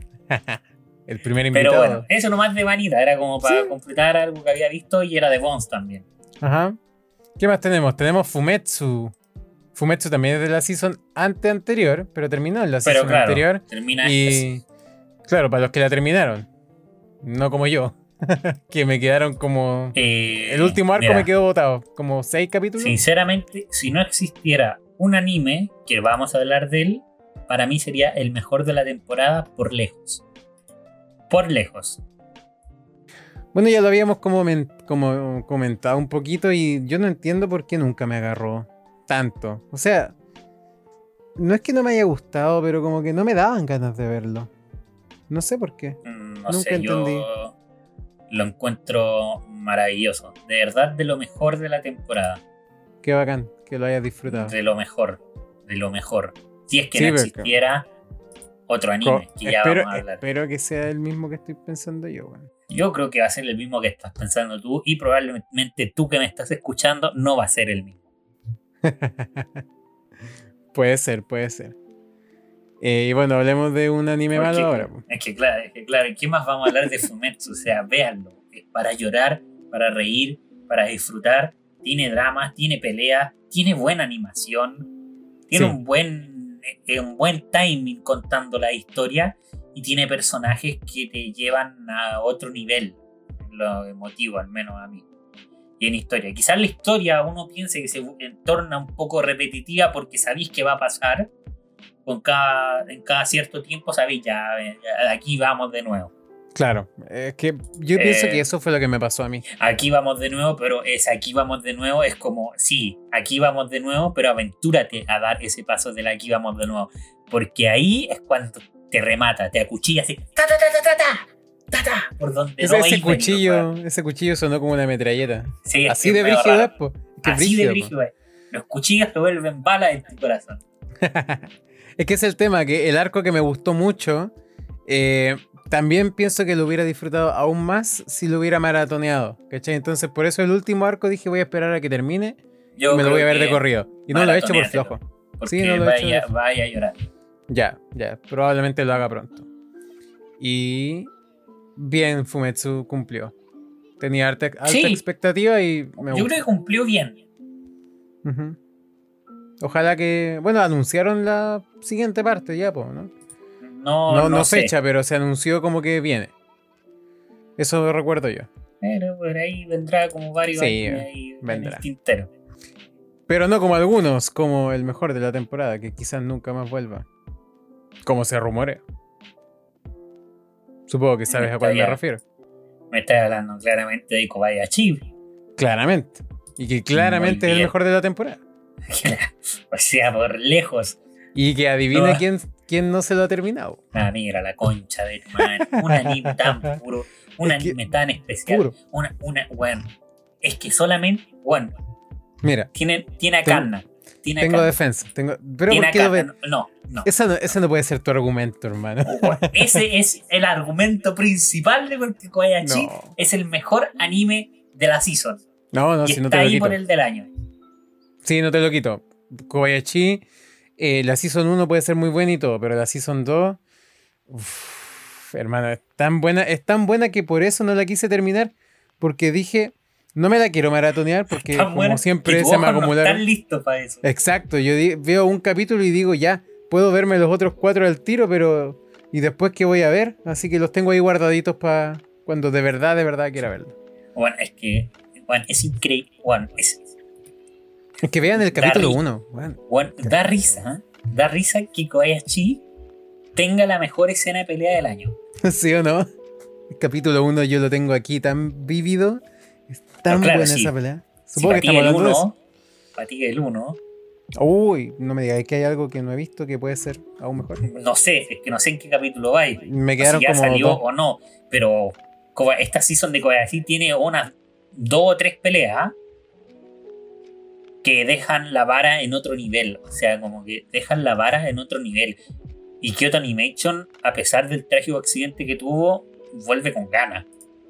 El primer Pero invitado. bueno, eso nomás de Vanita. Era como para Sí. completar algo que había visto y era de Bones también. Ajá. ¿Qué más tenemos? Tenemos Fumetsu. Fumetsu también es de la season ante anterior, pero terminó en la Pero season claro, anterior. termina así. Y claro, para los que la terminaron. No como yo. Que me quedaron como. Eh, El último arco mira, me quedó botado. Como seis capítulos. Sinceramente, si no existiera un anime, que vamos a hablar de él, para mí sería el mejor de la temporada por lejos. Por lejos. Bueno, ya lo habíamos como, men- como comentado un poquito y yo no entiendo por qué nunca me agarró tanto. O sea, no es que no me haya gustado, pero como que no me daban ganas de verlo. No sé por qué. Mm, No Nunca sé, entendí. yo lo encuentro maravilloso. De verdad, de lo mejor de la temporada. Qué bacán que lo hayas disfrutado. De lo mejor. De lo mejor. Si es que Sí, no pero- existiera otro anime, Co- que ya espero, vamos a hablar. espero que sea el mismo que estoy pensando yo, weón. Yo creo que va a ser el mismo que estás pensando tú y probablemente tú que me estás escuchando no va a ser el mismo. Puede ser, puede ser. Eh, y bueno, hablemos de un anime Porque- malo ahora. po. Es que claro, es que claro, ¿qué más vamos a hablar de Fumetsu? O sea, véanlo. Es para llorar, para reír, para disfrutar. Tiene drama, tiene pelea, tiene buena animación, tiene Sí. un buen eh, un buen timing contando la historia. y tiene personajes que te llevan a otro nivel, lo emotivo al menos a mí. Y en historia, quizás la historia uno piense que se torna un poco repetitiva porque sabéis que va a pasar, con cada, en cada cierto tiempo sabéis ya, ya aquí vamos de nuevo. Claro, es que yo pienso Eh, que eso fue lo que me pasó a mí. Aquí vamos de nuevo, pero es aquí vamos de nuevo, es como, sí, aquí vamos de nuevo, pero aventúrate a dar ese paso del aquí vamos de nuevo. Porque ahí es cuando te remata, te acuchilla así, ta ta ta ta ta ta, ta, ta, por donde Ese, no ese veis venir, cuchillo, weón. ese cuchillo sonó como una metralleta. Sí, es Así que de es medio brígido, raro. es, po. Es que es Así de brígido, po. brígido es. Los cuchillos se vuelven balas en tu corazón. Es que es el tema, que el arco que me gustó mucho, eh, también pienso que lo hubiera disfrutado aún más si lo hubiera maratoneado, ¿cachai? Entonces por eso el último arco dije voy a esperar a que termine Yo y me lo creo voy a ver que de corrido. Y no lo he hecho por maratonéatelo, flojo. Porque Sí, no lo he hecho vaya, de- vaya a llorar. Ya, ya, probablemente lo haga pronto. Y bien, Fumetsu cumplió. Tenía alta, alta Sí. expectativa y me Yo gustó. creo que cumplió bien. Ujú. Ojalá que... Bueno, anunciaron la siguiente parte ya, po, ¿no? No, No, no, no sé. fecha, pero se anunció como que viene. Eso recuerdo yo. Pero por ahí vendrá como varios Sí, años ahí en vendrá. el tintero. Pero no como algunos, como el mejor de la temporada, que quizás nunca más vuelva. Como se rumorea. Supongo que sabes a cuál me Ya. refiero. Me estás hablando claramente de Kobayashi. Claramente. Y que claramente es el bien. mejor de la temporada. O sea, por lejos. Y que adivina No. quién, quién no se lo ha terminado. Ah, mira, la concha de tu madre. Un anime tan puro. Un Es que- anime tan especial. Puro. Una, una, bueno. Es que solamente, bueno, Mira, tiene, tiene a Tengo- Kanna. Tiene a tengo Kanna. defensa. Tengo... Pero Tiene ¿por a qué lo Kanna. ve- No, no. Esa no, ese no puede ser tu argumento, hermano. Bueno, ese es el argumento principal de porque Kobayashi No. es el mejor anime de la season. No, no, y si no está te lo ahí quito. por el del año. Sí, no te lo quito. Kobayashi, eh, la Season uno puede ser muy buena y todo, pero la Season dos, uff, hermano, es tan buena, es tan buena que por eso no la quise terminar, porque dije, no me la quiero maratonear, porque Tan como bueno siempre que tus se me ojos no acumularon. están listos para eso. Exacto, yo di- veo un capítulo y digo, ya, puedo verme los otros cuatro al tiro, pero... ¿Y después qué voy a ver? Así que los tengo ahí guardaditos para cuando de verdad, de verdad quiera verlo. Bueno, es que bueno, es increíble. Bueno, es, Es que vean el Da capítulo ri- uno. Bueno. bueno, da risa, ¿eh? Da risa que Kobayashi tenga la mejor escena de pelea del año. ¿Sí o no? El capítulo uno yo lo tengo aquí tan vívido. Es tan No, claro, buena sí. esa pelea. Si Supongo para que ti estamos el hablando de eso. uno, para ti el uno, Uy, no me digáis que hay algo que no he visto que puede ser aún mejor. no sé, es que no sé en qué capítulo va. Me quedaron si ya como salió dos. o no, pero Koba- esta season de Kobayashi tiene unas dos o tres peleas que dejan la vara en otro nivel, o sea, como que dejan la vara en otro nivel. Y Kyoto Animation, a pesar del trágico accidente que tuvo, vuelve con ganas.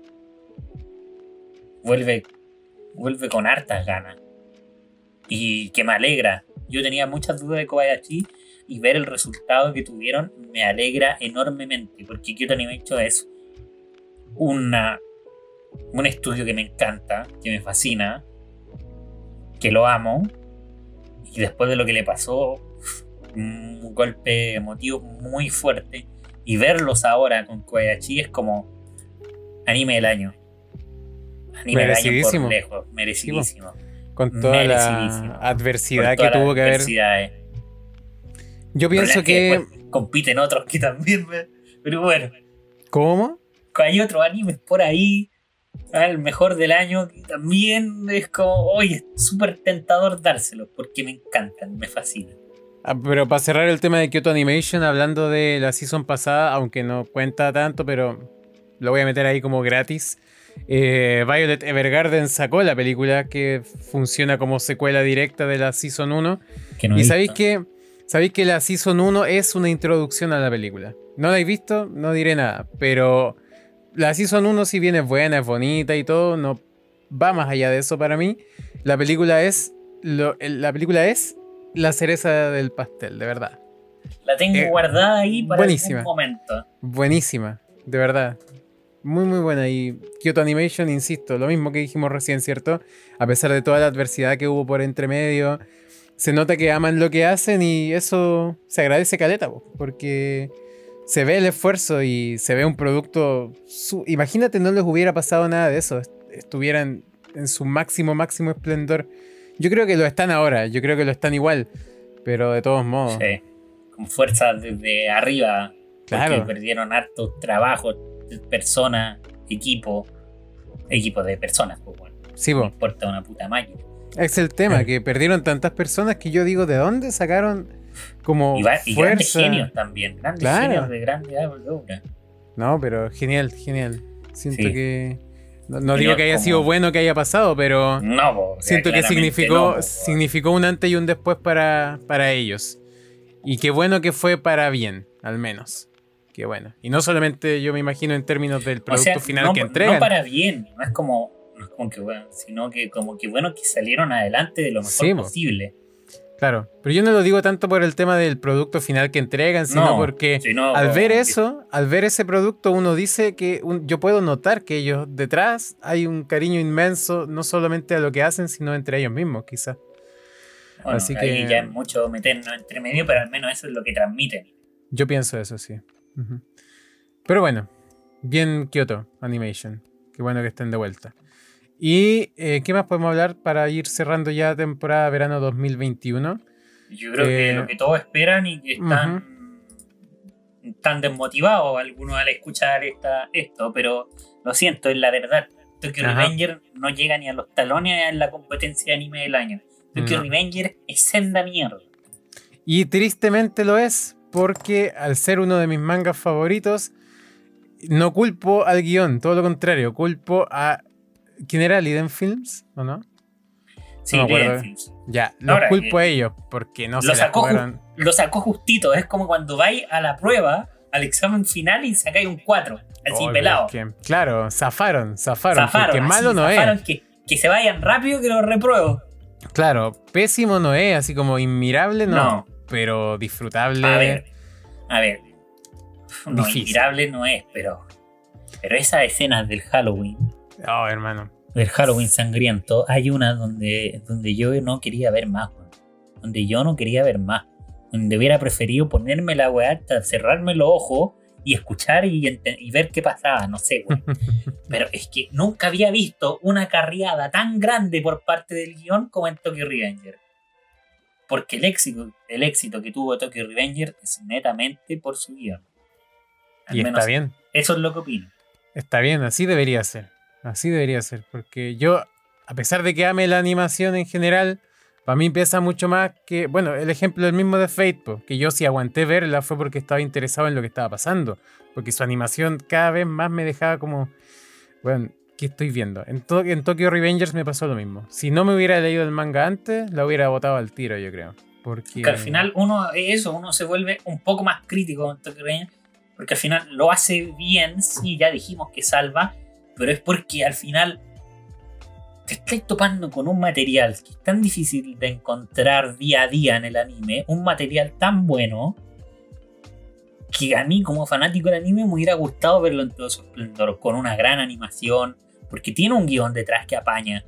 Vuelve, vuelve con hartas ganas. Y que me alegra. Yo tenía muchas dudas de Kobayashi y ver el resultado que tuvieron me alegra enormemente, porque Kyoto Animation es una, un estudio que me encanta, que me fascina, que lo amo, y después de lo que le pasó, un golpe emotivo muy fuerte, y verlos ahora con Kobayashi es como anime del año. Anime del año por Merecidísimo. lejos, merecidísimo. Con toda Merecidísimo. la adversidad Por que todas las tuvo que haber. adversidades. Yo Pero pienso es que. después compiten otros que también, me- pero bueno, ¿Cómo? hay otros animes por ahí, ah, el mejor del año, que también es como, oye, es súper tentador dárselos, porque me encantan, me fascinan. Ah, pero para cerrar el tema de Kyoto Animation, hablando de la season pasada, aunque no cuenta tanto, pero lo voy a meter ahí como gratis. Eh, Violet Evergarden sacó la película que funciona como secuela directa de la season uno. Que no he Y sabéis visto. que, sabéis que la season uno es una introducción a la película. No la habéis visto, no diré nada. Pero la season uno, si bien es buena, es bonita y todo, no va más allá de eso para mí. La película es, lo- la película es la cereza del pastel, de verdad. La tengo eh, guardada ahí para buenísima. algún momento. Buenísima, de verdad. Muy, muy buena. Y Kyoto Animation, insisto, lo mismo que dijimos recién, ¿cierto? A pesar de toda la adversidad que hubo por entre medio, se nota que aman lo que hacen y eso se agradece caleta, po, porque se ve el esfuerzo y se ve un producto... Su... Imagínate, no les hubiera pasado nada de eso. Estuvieran en su máximo, máximo esplendor. Yo creo que lo están ahora, yo creo que lo están igual, pero de todos modos. Sí, con fuerza desde arriba. Claro. Porque perdieron hartos trabajos, personas, equipo, equipo de personas, pues bueno. Sí, no po. importa una puta máquina. Es el tema, que perdieron tantas personas que yo digo, ¿de dónde sacaron como Y, va, y grandes fuerza? genios también, grandes Claro. genios de grandes obras. No, pero genial, genial. Siento Sí. que... No, no Genial digo que haya como- sido bueno que haya pasado, pero No, po, o sea, siento que claramente significó, no, po, significó un antes y un después para, para ellos. Y qué bueno que fue para bien, al menos. Qué bueno. Y no solamente yo me imagino en términos del O producto sea, final no, que entregan. no para bien, no es como, no es como que bueno, sino que como que bueno que salieron adelante de lo mejor Sí, po. posible. Claro, pero yo no lo digo tanto por el tema del producto final que entregan, sino No, porque sino al por- ver eso, al ver ese producto, uno dice que un- yo puedo notar que ellos detrás hay un cariño inmenso, no solamente a lo que hacen, sino entre ellos mismos, quizás. Bueno, Así ahí que- ya es mucho meternos entre medio, pero al menos eso es lo que transmiten. Yo pienso eso, sí. Ujú. Pero bueno, bien Kyoto Animation. Qué bueno que estén de vuelta. ¿Y eh, qué más podemos hablar para ir cerrando ya temporada verano dos mil veintiuno? Yo creo Eh, que lo que todos esperan y que están, están desmotivados algunos al escuchar esta, esto, pero lo siento, es la verdad. Tokyo Ajá. Revenger no llega ni a los talones en la competencia de anime del año. Tokyo No. Revenger es senda mierda. Y tristemente lo es, porque al ser uno de mis mangas favoritos, no culpo al guión, todo lo contrario, culpo a... ¿Quién era? ¿Liden Films? ¿O no? Sí, No me acuerdo. Liden Films. Ya, los Ahora, culpo eh, a ellos, porque no lo se la sacó, jugaron. lo sacó justito. Es como cuando vais a la prueba, al examen final y sacáis un cuatro, así Oh, pelado. pero es que, claro, zafaron, zafaron, Zafaron, porque así, malo no zafaron es. Que, que se vayan rápido que lo repruebo. Claro, pésimo no es, así como inmirable no, No. pero disfrutable. A ver, a ver. No, Difícil. inmirable no es, pero. Pero esas escenas del Halloween, Oh, hermano. del Halloween sangriento, hay una donde, donde yo no quería ver más, weón. Donde yo no quería ver más. Donde hubiera preferido ponerme la weá hasta cerrarme los ojos y escuchar y, ente- y ver qué pasaba, no sé, weón. Pero es que nunca había visto una carriada tan grande por parte del guión como en Tokyo Revenger. Porque el éxito, el éxito que tuvo Tokyo Revenger es netamente por su guión. Al Y menos está bien. eso es lo que opino. Está bien, así debería ser. Así debería ser. Porque yo, a pesar de que ame la animación en general, para mí pesa mucho más que. Bueno, el ejemplo del mismo de Fate, po, que yo si aguanté verla fue porque estaba interesado en lo que estaba pasando. Porque su animación cada vez más me dejaba como. Bueno, ¿qué estoy viendo? En, to- en Tokyo Revengers me pasó lo mismo. Si no me hubiera leído el manga antes, la hubiera botado al tiro, yo creo. Porque. Que al final uno, eso, uno se vuelve un poco más crítico en Tokyo Revenger. Porque al final lo hace bien, sí, ya dijimos que salva. Pero es porque al final te estás topando con un material que es tan difícil de encontrar día a día en el anime. Un material tan bueno que a mí como fanático del anime me hubiera gustado verlo en todo su esplendor. Con una gran animación. Porque tiene un guión detrás que apaña.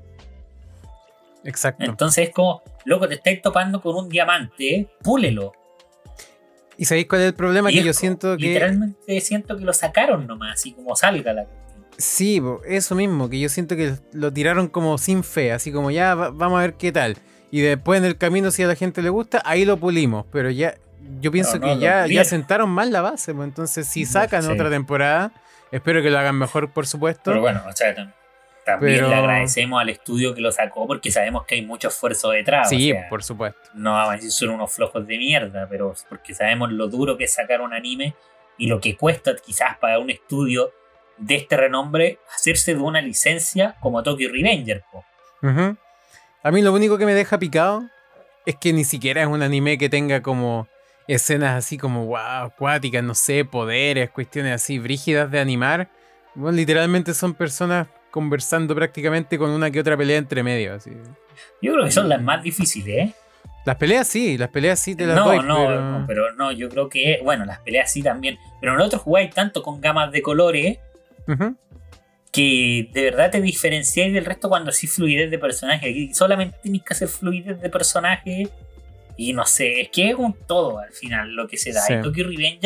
Exacto. Entonces es como, loco, te estás topando con un diamante, púlelo. ¿Y sabéis cuál es el problema? Y Que es yo como- siento que. Literalmente siento que lo sacaron nomás, así como salga la cuestión. Sí, po, eso mismo, que yo siento que lo tiraron como sin fe, así como ya va- vamos a ver qué tal. Y después en el camino, si a la gente le gusta, ahí lo pulimos. Pero ya, yo pienso no que lo ya, ya pulieron. sentaron mal la base, pues entonces si sacan Sí. otra temporada, espero que lo hagan mejor, por supuesto. Pero bueno, o sea, tam- también Pero- le agradecemos al estudio que lo sacó porque sabemos que hay mucho esfuerzo detrás. sí, o sea, por supuesto. no vamos a decir son unos flojos de mierda, pero porque sabemos lo duro que es sacar un anime y lo que cuesta quizás para un estudio de este renombre hacerse de una licencia como Tokyo Revenger. Po. Ujú. A mí lo único que me deja picado es que ni siquiera es un anime que tenga como escenas así como wow, acuáticas, no sé, poderes, cuestiones así brígidas de animar. Bueno, literalmente son personas conversando prácticamente con una que otra pelea entre medio. Así. Yo creo que son las más difíciles, ¿eh? Las peleas sí, las peleas sí te las No, doy, no, pero... no, pero no, yo creo que, bueno, las peleas sí también, pero nosotros jugáis tanto con gamas de colores Ujú. que de verdad te diferenciáis del resto cuando sí fluidez de personaje. Aquí solamente tenéis que hacer fluidez de personaje y no sé, es que es un todo al final lo que se da. Sí. Y Tokyo Revenger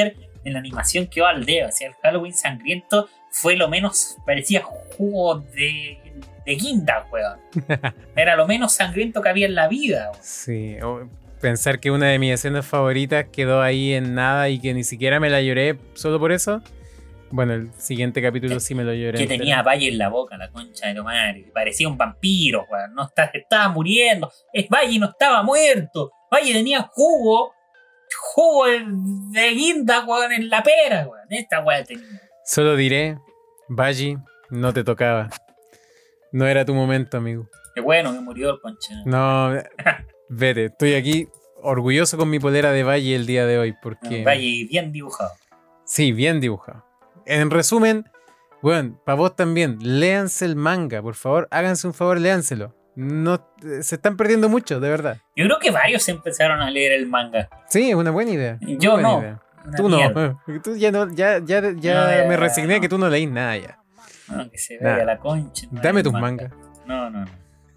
en la animación quedó al dedo. O sea, el Halloween sangriento fue lo menos, parecía jugo de, de guinda, weón. Era lo menos sangriento que había en la vida, weón. Sí, o pensar que una de mis escenas favoritas quedó ahí en nada y que ni siquiera me la lloré solo por eso. Bueno, el siguiente capítulo sí me lo lloré. Que entero. tenía Valle en la boca, la concha de tu madre. Parecía un vampiro, weón. No está, estaba muriendo. Es Valle no estaba muerto. Valle tenía jugo. Jugo de, de guinda, weón, en la pera, weón. Esta weón tenía. Solo diré, Valle, no te tocaba. No era tu momento, amigo. Qué bueno que murió el concha. No, vete. Estoy aquí orgulloso con mi polera de Valle el día de hoy. Porque... Valle bien dibujado. Sí, bien dibujado. En resumen, bueno, para vos también, léanse el manga, por favor, háganse un favor, léanselo. No, se están perdiendo mucho, de verdad. Yo creo que varios empezaron a leer el manga. Sí, es una buena idea. Yo buena no. Idea. Tú mierda. no. Tú ya no, ya, ya, ya no, me resigné no. a que tú no leís nada ya. No, que se vaya la concha. Dame tus mangas. No, no, no.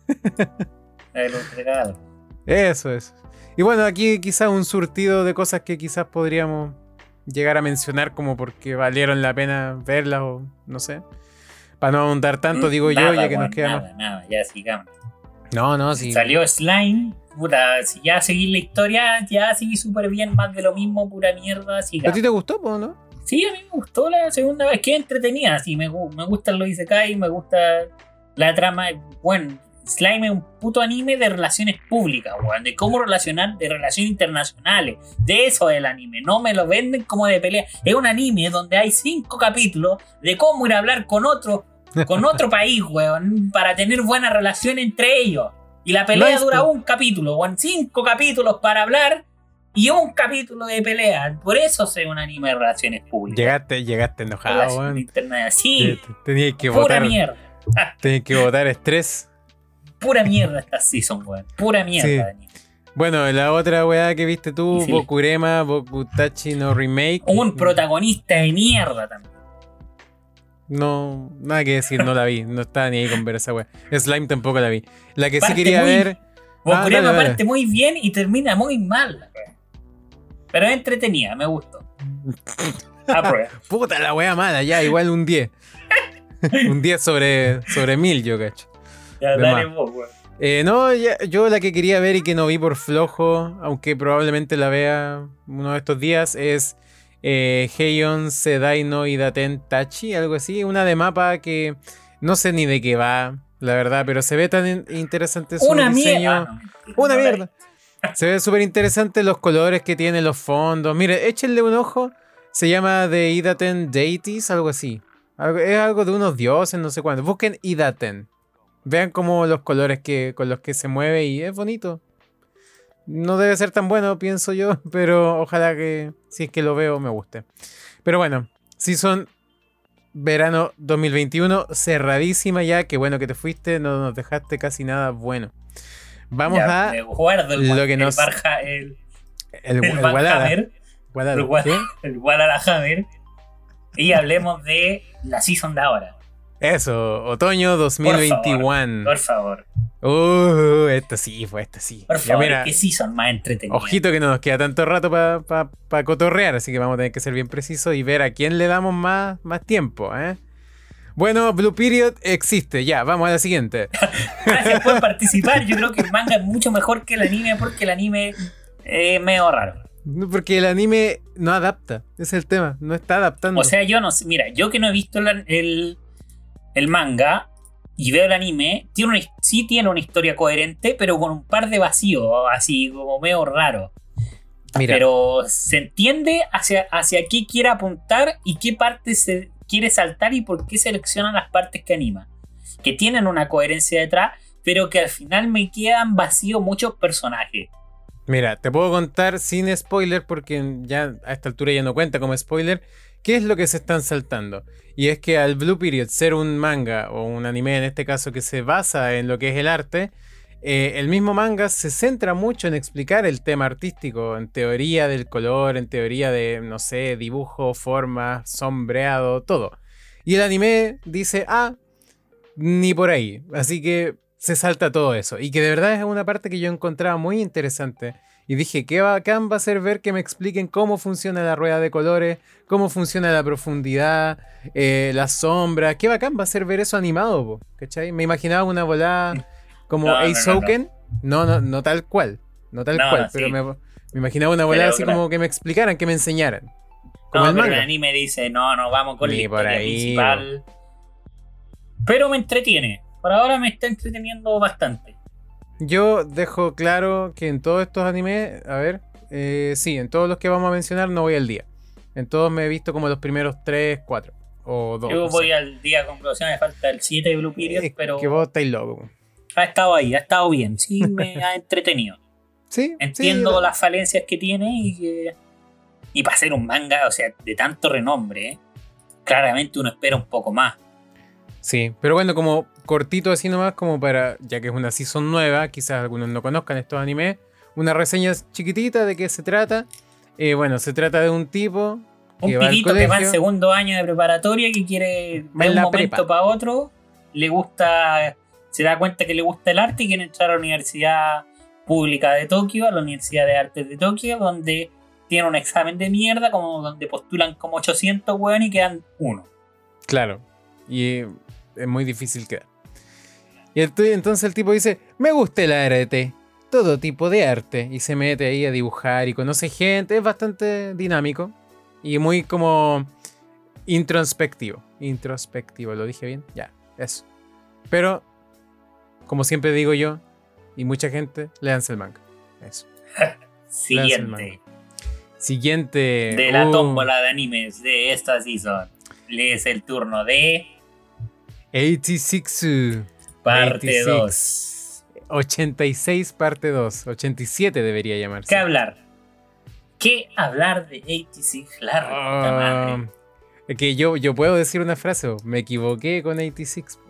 Dame los regalos. Eso es. Y bueno, aquí quizás un surtido de cosas que quizás podríamos llegar a mencionar como porque valieron la pena verlas o no sé. Para no ahondar tanto, digo nada, yo, ya que bueno, nos queda nada, más. Nada, ya sigamos. No, no, sí. Salió Slime, puta, si ya seguí la historia, ya seguí súper bien, más de lo mismo, pura mierda, sigamos. ¿A ti te gustó, po, no? Sí, a mí me gustó la segunda vez, que entretenida, sí, me, me gustan los isekai, me gusta la trama, bueno, Slime es un puto anime de relaciones públicas, weón, de cómo relacionar, de relaciones internacionales, de eso es el anime, no me lo venden como de pelea, es un anime donde hay cinco capítulos de cómo ir a hablar con otro, con otro país, weón, para tener buena relación entre ellos, y la pelea nice, dura po. un capítulo, weón, cinco capítulos para hablar, y un capítulo de pelea, por eso es un anime de relaciones públicas. Llegaste, llegaste enojado, weón. Sí, tenías que pura votar, mierda. tenías que votar estrés. Pura mierda esta season, weón. Pura mierda. Sí. Bueno, la otra weá que viste tú, Sí. Bokurema, Bokutachi no Remake. Un protagonista de mierda también. No, nada que decir, no la vi. No estaba ni ahí con ver esa weá. Slime tampoco la vi. La que Parte sí quería muy- ver. Bokurema Ah, dale, dale. parte muy bien y termina muy mal, la weá. Pero es entretenida, me gustó. Aprueba. Puta la weá mala, ya, igual un diez. Un diez sobre, sobre mil, yo cacho. Ya, De dale más. vos, weón. Eh, no, ya- yo la que quería ver y que no vi por flojo, aunque probablemente la vea uno de estos días, es eh, Heion Sedai no Idaten Tachi, algo así. Una de mapa que no sé ni de qué va, la verdad, pero se ve tan in- interesante su Una diseño. mierda. Ah, no, mentira. Una No la mierda. Se ve súper interesante los colores que tiene, los fondos. Mire, échenle un ojo. Se llama The Idaten Deities, algo así. Algo- Es algo de unos dioses, no sé cuánto. Busquen Idaten. Vean como los colores que, con los que se mueve y es bonito. No debe ser tan bueno, pienso yo, pero ojalá que si es que lo veo me guste. Pero bueno, si son verano dos mil veintiuno, cerradísima ya, qué bueno que te fuiste, no nos dejaste casi nada bueno. Vamos Ya, a me guardo el, lo gua- que el nos- Barja, el, el, el, el Van Guadala. Hammer, Guadala, el, Gua- ¿sí? el Guadalajara y hablemos de la season de ahora. Eso, otoño dos mil veintiuno. Por favor, Uh, esta sí, fue esta sí. por Ya favor, mira, ¿qué season más entretenida? ojito que no nos queda tanto rato para pa, pa cotorrear, así que vamos a tener que ser bien precisos y ver a quién le damos más, más tiempo, ¿eh? Bueno, Blue Period existe, ya, vamos a la siguiente. Gracias por participar. Yo creo que el manga es mucho mejor que el anime porque el anime es medio raro. No, porque el anime no adapta, ese es el tema, no está adaptando. O sea, yo no sé. Mira, yo que no he visto el, el, el manga y veo el anime, tiene una, sí tiene una historia coherente, pero con un par de vacíos, así como medio raro. Mira, Pero se entiende hacia, hacia qué quiere apuntar y qué parte se quiere saltar y por qué selecciona las partes que anima. Que tienen una coherencia detrás, pero que al final me quedan vacíos muchos personajes. Mira, te puedo contar sin spoiler porque ya a esta altura ya no cuenta como spoiler. ¿Qué es lo que se están saltando? Y es que al Blue Period ser un manga o un anime en este caso que se basa en lo que es el arte, eh, el mismo manga se centra mucho en explicar el tema artístico, en teoría del color, en teoría de, no sé, dibujo, forma, sombreado, todo. Y el anime dice, ah, ni por ahí. Así que se salta todo eso. Y que de verdad es una parte que yo encontraba muy interesante. Y dije, qué bacán va a ser ver que me expliquen cómo funciona la rueda de colores, cómo funciona la profundidad, eh, las sombras. Qué bacán va a ser ver eso animado, po, ¿cachai? Me imaginaba una volada como No, no, Ace no, Ouken. No, no, no tal cual. No tal No, cual, no, pero sí. me, me imaginaba una volada Pero, así claro. como que me explicaran, que me enseñaran. Como No, el pero el manga. anime dice, no, no, vamos con la Ni por historia ahí, principal. Pero me entretiene. Por ahora me está entreteniendo bastante. Yo dejo claro que en todos estos animes, a ver, eh, sí, en todos los que vamos a mencionar no voy al día. En todos me he visto como los primeros tres, cuatro o dos. Yo no voy sé. al día con producción, me falta el siete de Blue Period, Es pero que vos estáis locos. ha estado ahí, ha estado bien. Sí, me ha entretenido. Sí, Entiendo sí, las falencias que tiene y que... Y para ser un manga, o sea, de tanto renombre, ¿eh? Claramente uno espera un poco más. sí, pero bueno, como cortito así nomás, como para, ya que es una season nueva, quizás algunos no conozcan estos animes, una reseña chiquitita de qué se trata. Eh, bueno, se trata de un tipo Un que va al pitito que va en colegio. segundo año de preparatoria, que quiere Va de en un la momento prepa. para otro, le gusta, se da cuenta que le gusta el arte y quiere entrar a la Universidad Pública de Tokio, a la Universidad de Artes de Tokio, donde tiene un examen de mierda, como donde postulan como ochocientos weón y quedan uno. Claro, y es muy difícil quedar. Y el- entonces el tipo dice, me gusta el arte, todo tipo de arte. Y se mete ahí a dibujar y conoce gente, es bastante dinámico. Y muy como introspectivo. Introspectivo, ¿lo dije bien? Ya, eso. Pero, como siempre digo yo, y mucha gente, léanse el manga. Eso. Siguiente. Siguiente. De la uh, tómbola de animes de esta season, es el turno de ochenta y seis. parte ochenta y seis. dos. ochenta y seis parte dos. ochenta y siete debería llamarse. ¿Qué hablar? ¿Qué hablar de ochenta y seis? La puta madre. Ah, que yo, yo puedo decir una frase, oh, me equivoqué con ochenta y seis.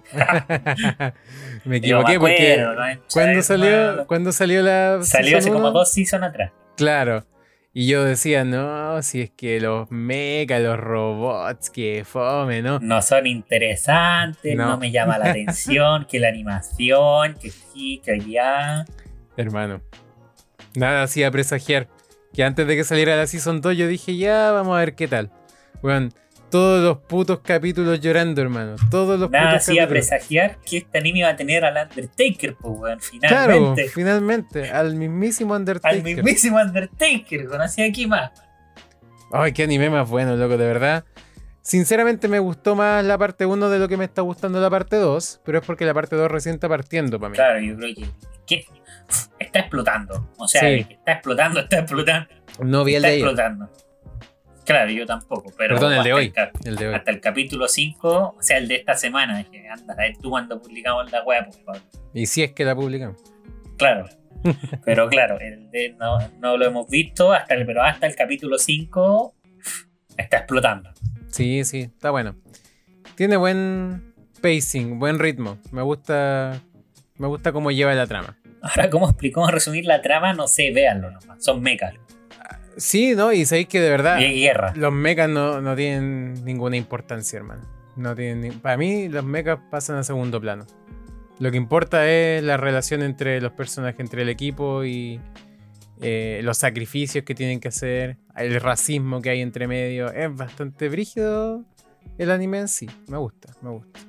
me equivoqué Yo me porque acuerdo, ¿no? cuando Es salió, malo. cuando salió la Salió hace season como uno, dos seasons atrás. claro. Y yo decía, no, si es que los mecha, los robots, que fome, ¿no? No son interesantes, no, No. me llama la atención, que la animación, que sí, que allá. Hermano, nada hacía presagiar que antes de que saliera la Season dos yo dije, ya, vamos a ver qué tal. Bueno, todos los putos capítulos llorando, hermano. Todos los Nada putos hacía capítulos. presagiar que este anime iba a tener al Undertaker, pues, weón, Claro, finalmente. finalmente, al mismísimo Undertaker. Al mismísimo Undertaker, conocía aquí más. Ay, qué anime más bueno, loco, de verdad. Sinceramente me gustó más la parte uno de lo que me está gustando la parte dos, pero es porque la parte dos recién está partiendo para mí. Claro, yo creo que, que está explotando. O sea, Sí. que está explotando, está explotando. No vi el Está de ayer, explotando. Claro, yo tampoco, pero perdón, el de hasta hoy. cap- El de hoy. Hasta el capítulo cinco, o sea, el de esta semana. Dije, anda, a ver tú cuando publicamos la web, por favor. Y si es que la publican. Claro. Pero claro, el de, no, no lo hemos visto, hasta el, pero hasta el capítulo cinco está explotando. Sí, sí, está bueno. Tiene buen pacing, buen ritmo. Me gusta. Me gusta cómo lleva la trama. Ahora, ¿cómo explico, cómo resumir la trama? No sé, véanlo nomás. Son mechas. Sí, ¿no? Y sabéis que de verdad Y hay guerra. los mechas no, no tienen ninguna importancia, hermano. No tienen ni- Para mí, los mechas pasan a segundo plano. Lo que importa es la relación entre los personajes, entre el equipo y eh, los sacrificios que tienen que hacer, el racismo que hay entre medio. Es bastante brígido el anime en sí. Me gusta, me gusta.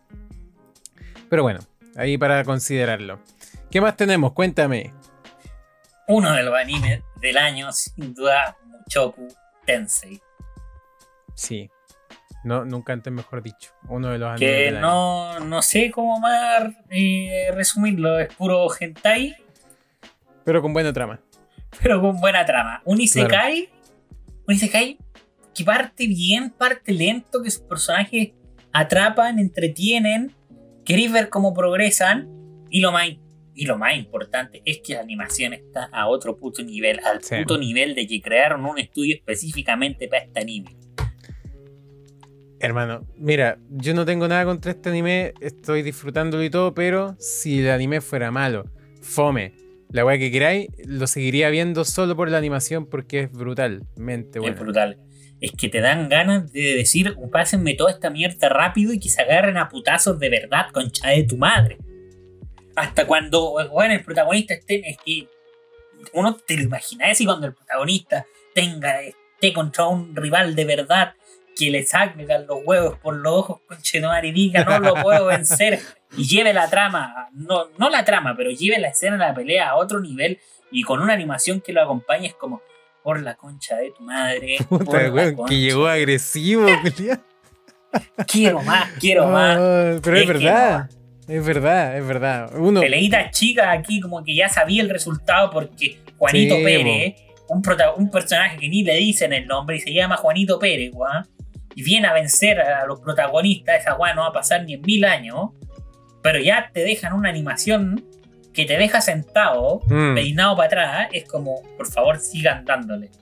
Pero bueno, ahí para considerarlo. ¿Qué más tenemos? Cuéntame. Uno de los animes del año, sin duda, Mushoku Tensei. Sí. No, nunca antes mejor dicho. Uno de los animes Que del año. no, no sé cómo más eh, resumirlo. Es puro hentai, Pero con buena trama. pero con buena trama. Un isekai, un isekai que parte bien, parte lento, que sus personajes atrapan, entretienen, queréis ver cómo progresan, y lo más, y lo más importante es que la animación está a otro puto nivel, al Sí. puto nivel de que crearon un estudio específicamente para este anime. Hermano, mira, yo no tengo nada contra este anime, estoy disfrutándolo y todo, pero si el anime fuera malo, fome, la weá que queráis, lo seguiría viendo solo por la animación porque es brutalmente Es bueno. brutal. Es que te dan ganas de decir, pásenme toda esta mierda rápido y que se agarren a putazos de verdad, concha de tu madre. Hasta cuando, bueno, el protagonista esté, es que uno te lo imagina así cuando el protagonista tenga, esté contra un rival de verdad que le salgan los huevos por los ojos, conchetumare, y diga no lo puedo vencer y lleve la trama, no, no la trama, pero lleve la escena de la pelea a otro nivel y con una animación que lo acompañe. Es como, por la concha de tu madre. Puta, por la weón, concha. que llegó agresivo. Quiero más, quiero más. Oh, pero es, Es que verdad. Es verdad, es verdad. Uno, Peleitas chicas aquí como que ya sabía el resultado porque Juanito Sí, Pérez, un, prota- un personaje que ni le dicen el nombre y se llama Juanito Pérez, weón, y viene a vencer a los protagonistas, esa weá no va a pasar ni en mil años, pero ya te dejan una animación que te deja sentado, Mm. peinado para atrás, es como, por favor, sigan dándole.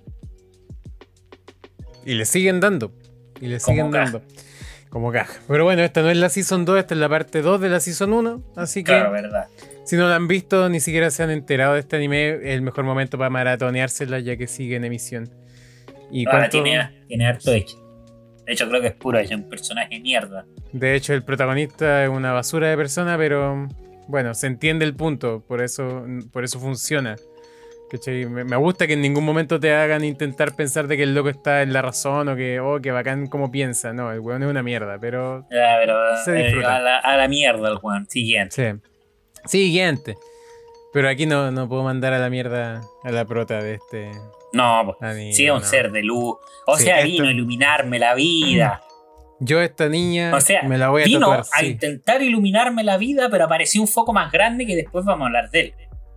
y le siguen dando. Y le Como siguen caja. dando. Como caja. Pero bueno, esta no es la Season dos, esta es la parte dos de la Season uno. Así que Claro, verdad. si no la han visto, ni siquiera se han enterado de este anime, es el mejor momento para maratoneársela ya que sigue en emisión. Y Ahora cuánto- tiene, tiene harto hecho. De hecho, creo que es puro hecho, un personaje de mierda. De hecho, el protagonista es una basura de persona, pero bueno, se entiende el punto, por eso, por eso funciona. ¿Cachai? Me, me gusta que en ningún momento te hagan intentar pensar de que el loco está en la razón o que, oh, que bacán como piensa. No, el weón es una mierda, pero Ya, pero Se eh, disfruta. a, la, a la mierda el Juan. Siguiente. sí. Siguiente. Pero aquí no, no puedo mandar a la mierda a la prota de este No, pues, anime. sí, es un no. ser de luz. O Sí, sea, esto- vino a iluminarme la vida. Yo esta niña O sea, me la voy a vino tatuar, a sí. intentar iluminarme la vida, pero apareció un foco más grande que después vamos a hablar de él.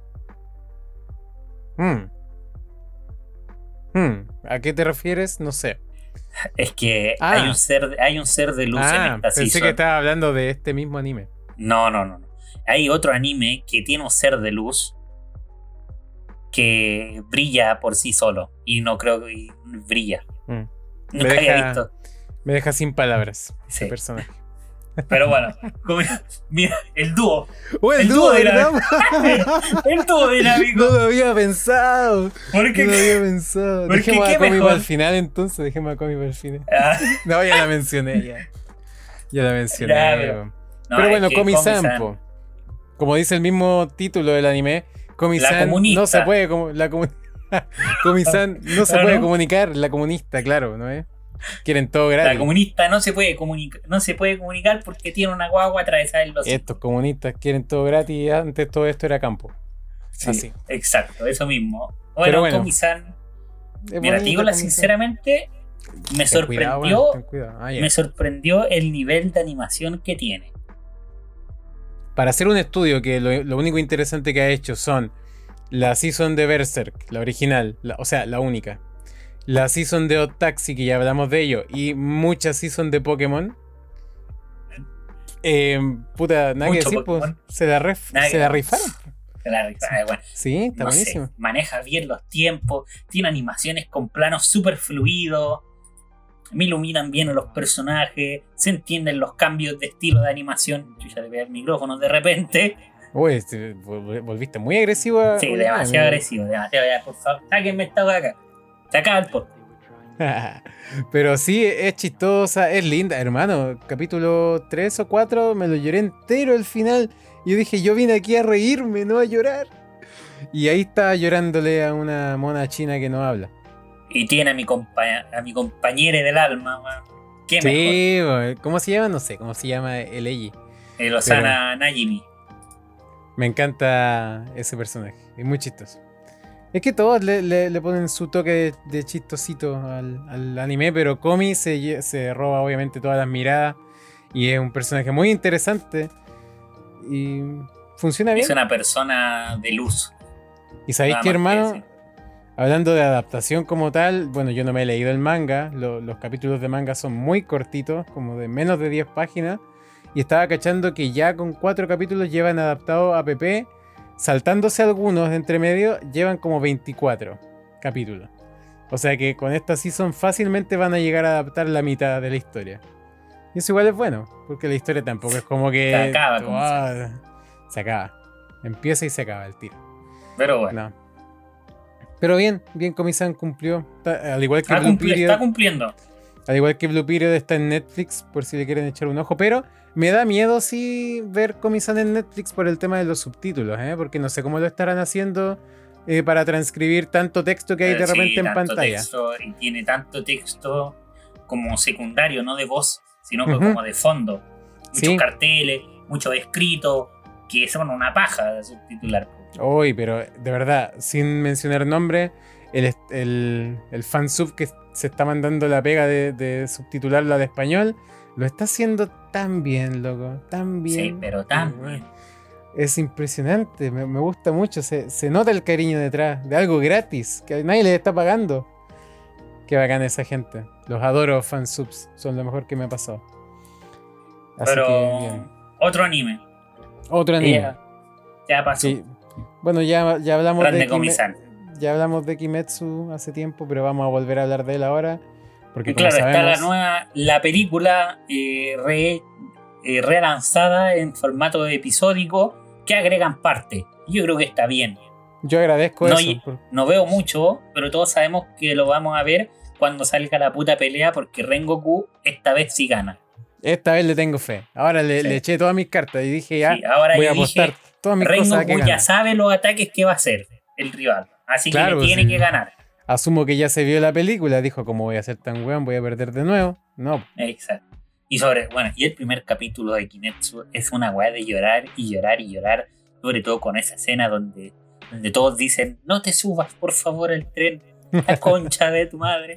Mm. Mm. ¿A qué te refieres? No sé. Es que Ah. hay un ser, hay un ser de luz en Ah, esta pensé season. que estaba hablando de este mismo anime. No, no, no, no. Hay otro anime que tiene un ser de luz que brilla por sí solo. Y no creo que brilla. Mm. Nunca Me había deja- visto. Me deja sin palabras ese Sí. personaje. Pero bueno, como- mira, el dúo. ¡Oh, el, El dúo, dúo de ¿verdad? El dúo dinámico. No lo había pensado. Porque No lo había pensado. porque Dejemos qué a Comi mejor. para el final entonces. Dejemos a Comi para el final. Ah, No, ya la mencioné ya. Ya la mencioné. Ya, pero- po. no, pero es bueno, que Komi-san, Komi-san, po. Como dice el mismo título del anime, Komi-san comunista. no se puede como la comu- Komi-san no se Ah, puede ¿no? comunicar, la comunista, claro, ¿no es? Quieren todo gratis. La comunista no se puede comunicar, no se puede comunicar porque tiene una guagua atravesada en los Estos comunistas quieren todo gratis y antes todo esto era campo. Sí, así. exacto, eso mismo. Pero Bueno, bueno. Komi-san, Es mira, te bonito, digo la Komi-san. sinceramente, me Ten cuidado, sorprendió, weón, ten cuidado. Ah, ya. me sorprendió el nivel de animación que tiene. Para hacer un estudio que lo, lo único interesante que ha hecho son la season de Berserk, la original, la- o sea, la única. La season de Odd Taxi, que ya hablamos de ello, y muchas season de Pokémon. Eh, puta, nada que Mucho decir, pues, Pokémon. se la, ref- Nada se que- la rifaron. Claro, ah, bueno, Sí, está no sé, buenísimo. maneja bien los tiempos, tiene animaciones con planos súper fluidos, me iluminan bien a los personajes, se entienden los cambios de estilo de animación. Yo ya le veo el micrófono de repente. Uy, este, vol- volviste muy agresivo. a- Sí, Uy, demasiado no, agresivo, demasiado. Ya, por favor, sáquenme esta hueá acá. Se acaba el podcast. Pero sí, es chistosa, es linda, hermano. Capítulo tres o cuatro me lo lloré entero al final. Y yo dije, yo vine aquí a reírme, no a llorar. Y ahí estaba llorándole a una mona china que no habla. Y tiene a mi, compa a mi compañera del alma, weón. Qué mejor. Sí, bo- ¿cómo se llama? No sé, ¿cómo se llama el Eiji? El Osana Najimi. Me encanta ese personaje, es muy chistoso. Es que todos le, le- le ponen su toque de, de chistosito al, al anime, pero Komi se, lle- se roba obviamente todas las miradas y es un personaje muy interesante y funciona bien. Es una persona de luz. Y sabéis Nada que, más hermano, decir. hablando de adaptación como tal, bueno, yo no me he leído el manga, lo- los capítulos de manga son muy cortitos, como de menos de diez páginas, y estaba cachando que ya con cuatro capítulos llevan adaptado a P P, saltándose algunos de entre medio, llevan como veinticuatro capítulos. O sea que con esta season fácilmente van a llegar a adaptar la mitad de la historia. Y eso igual es bueno, porque la historia tampoco es como que... Se acaba, como Ah, se acaba. Empieza y se acaba el tiro. Pero bueno. No. Pero bien, bien Komi-san cumplió. Ta- Al igual que Está, Blue cumpli- Period, está cumpliendo. al igual que Blue Period está en Netflix, por si le quieren echar un ojo. Pero me da miedo sí ver Komi-san en Netflix por el tema de los subtítulos, ¿eh? Porque no sé cómo lo estarán haciendo eh, para transcribir tanto texto que hay de Sí, repente en tanto pantalla. Texto, y tiene tanto texto como secundario, no de voz, sino que Ujú. como de fondo. Muchos Sí. carteles, muchos escritos, que son una paja de subtitular. Uy, pero de verdad, sin mencionar nombre, el, est- el, el fansub que se está mandando la pega de, de subtitularlo al español, lo está haciendo tan bien, loco, tan bien. Sí, pero que, tan bueno, bien. es impresionante, me, me gusta mucho, se, se nota el cariño detrás de algo gratis, que nadie les está pagando. Qué bacán esa gente, los adoro fansubs, son lo mejor que me ha pasado. Así Pero que bien. otro anime. Otro anime. Ya, ya pasó. Sí. Bueno, ya, ya hablamos Grande de Kime- Komi-san. ya hablamos de Kimetsu hace tiempo, pero vamos a volver a hablar de él ahora. Porque Y como claro, está sabemos, la nueva, la película eh, re, eh, relanzada en formato episódico que agregan parte. Yo creo que está bien. yo agradezco No, eso. y- por- No veo mucho, pero todos sabemos que lo vamos a ver cuando salga la puta pelea porque Rengoku esta vez sí gana. Esta vez le tengo fe. Ahora le, Sí. le eché todas mis cartas y dije ya, Sí, ahora voy a yo apostar dije, todas mis cosas a que Rengoku ya gane. sabe los ataques que va a hacer el rival. Así Claro, que le tiene sí. que ganar. Asumo que ya se vio la película, dijo, como voy a ser tan weón, voy a perder de nuevo. No, Exacto. Y sobre, bueno, y el primer capítulo de Kimetsu es una weá de llorar y llorar y llorar, sobre todo con esa escena donde, donde todos dicen, no te subas por favor al tren, la concha de tu madre.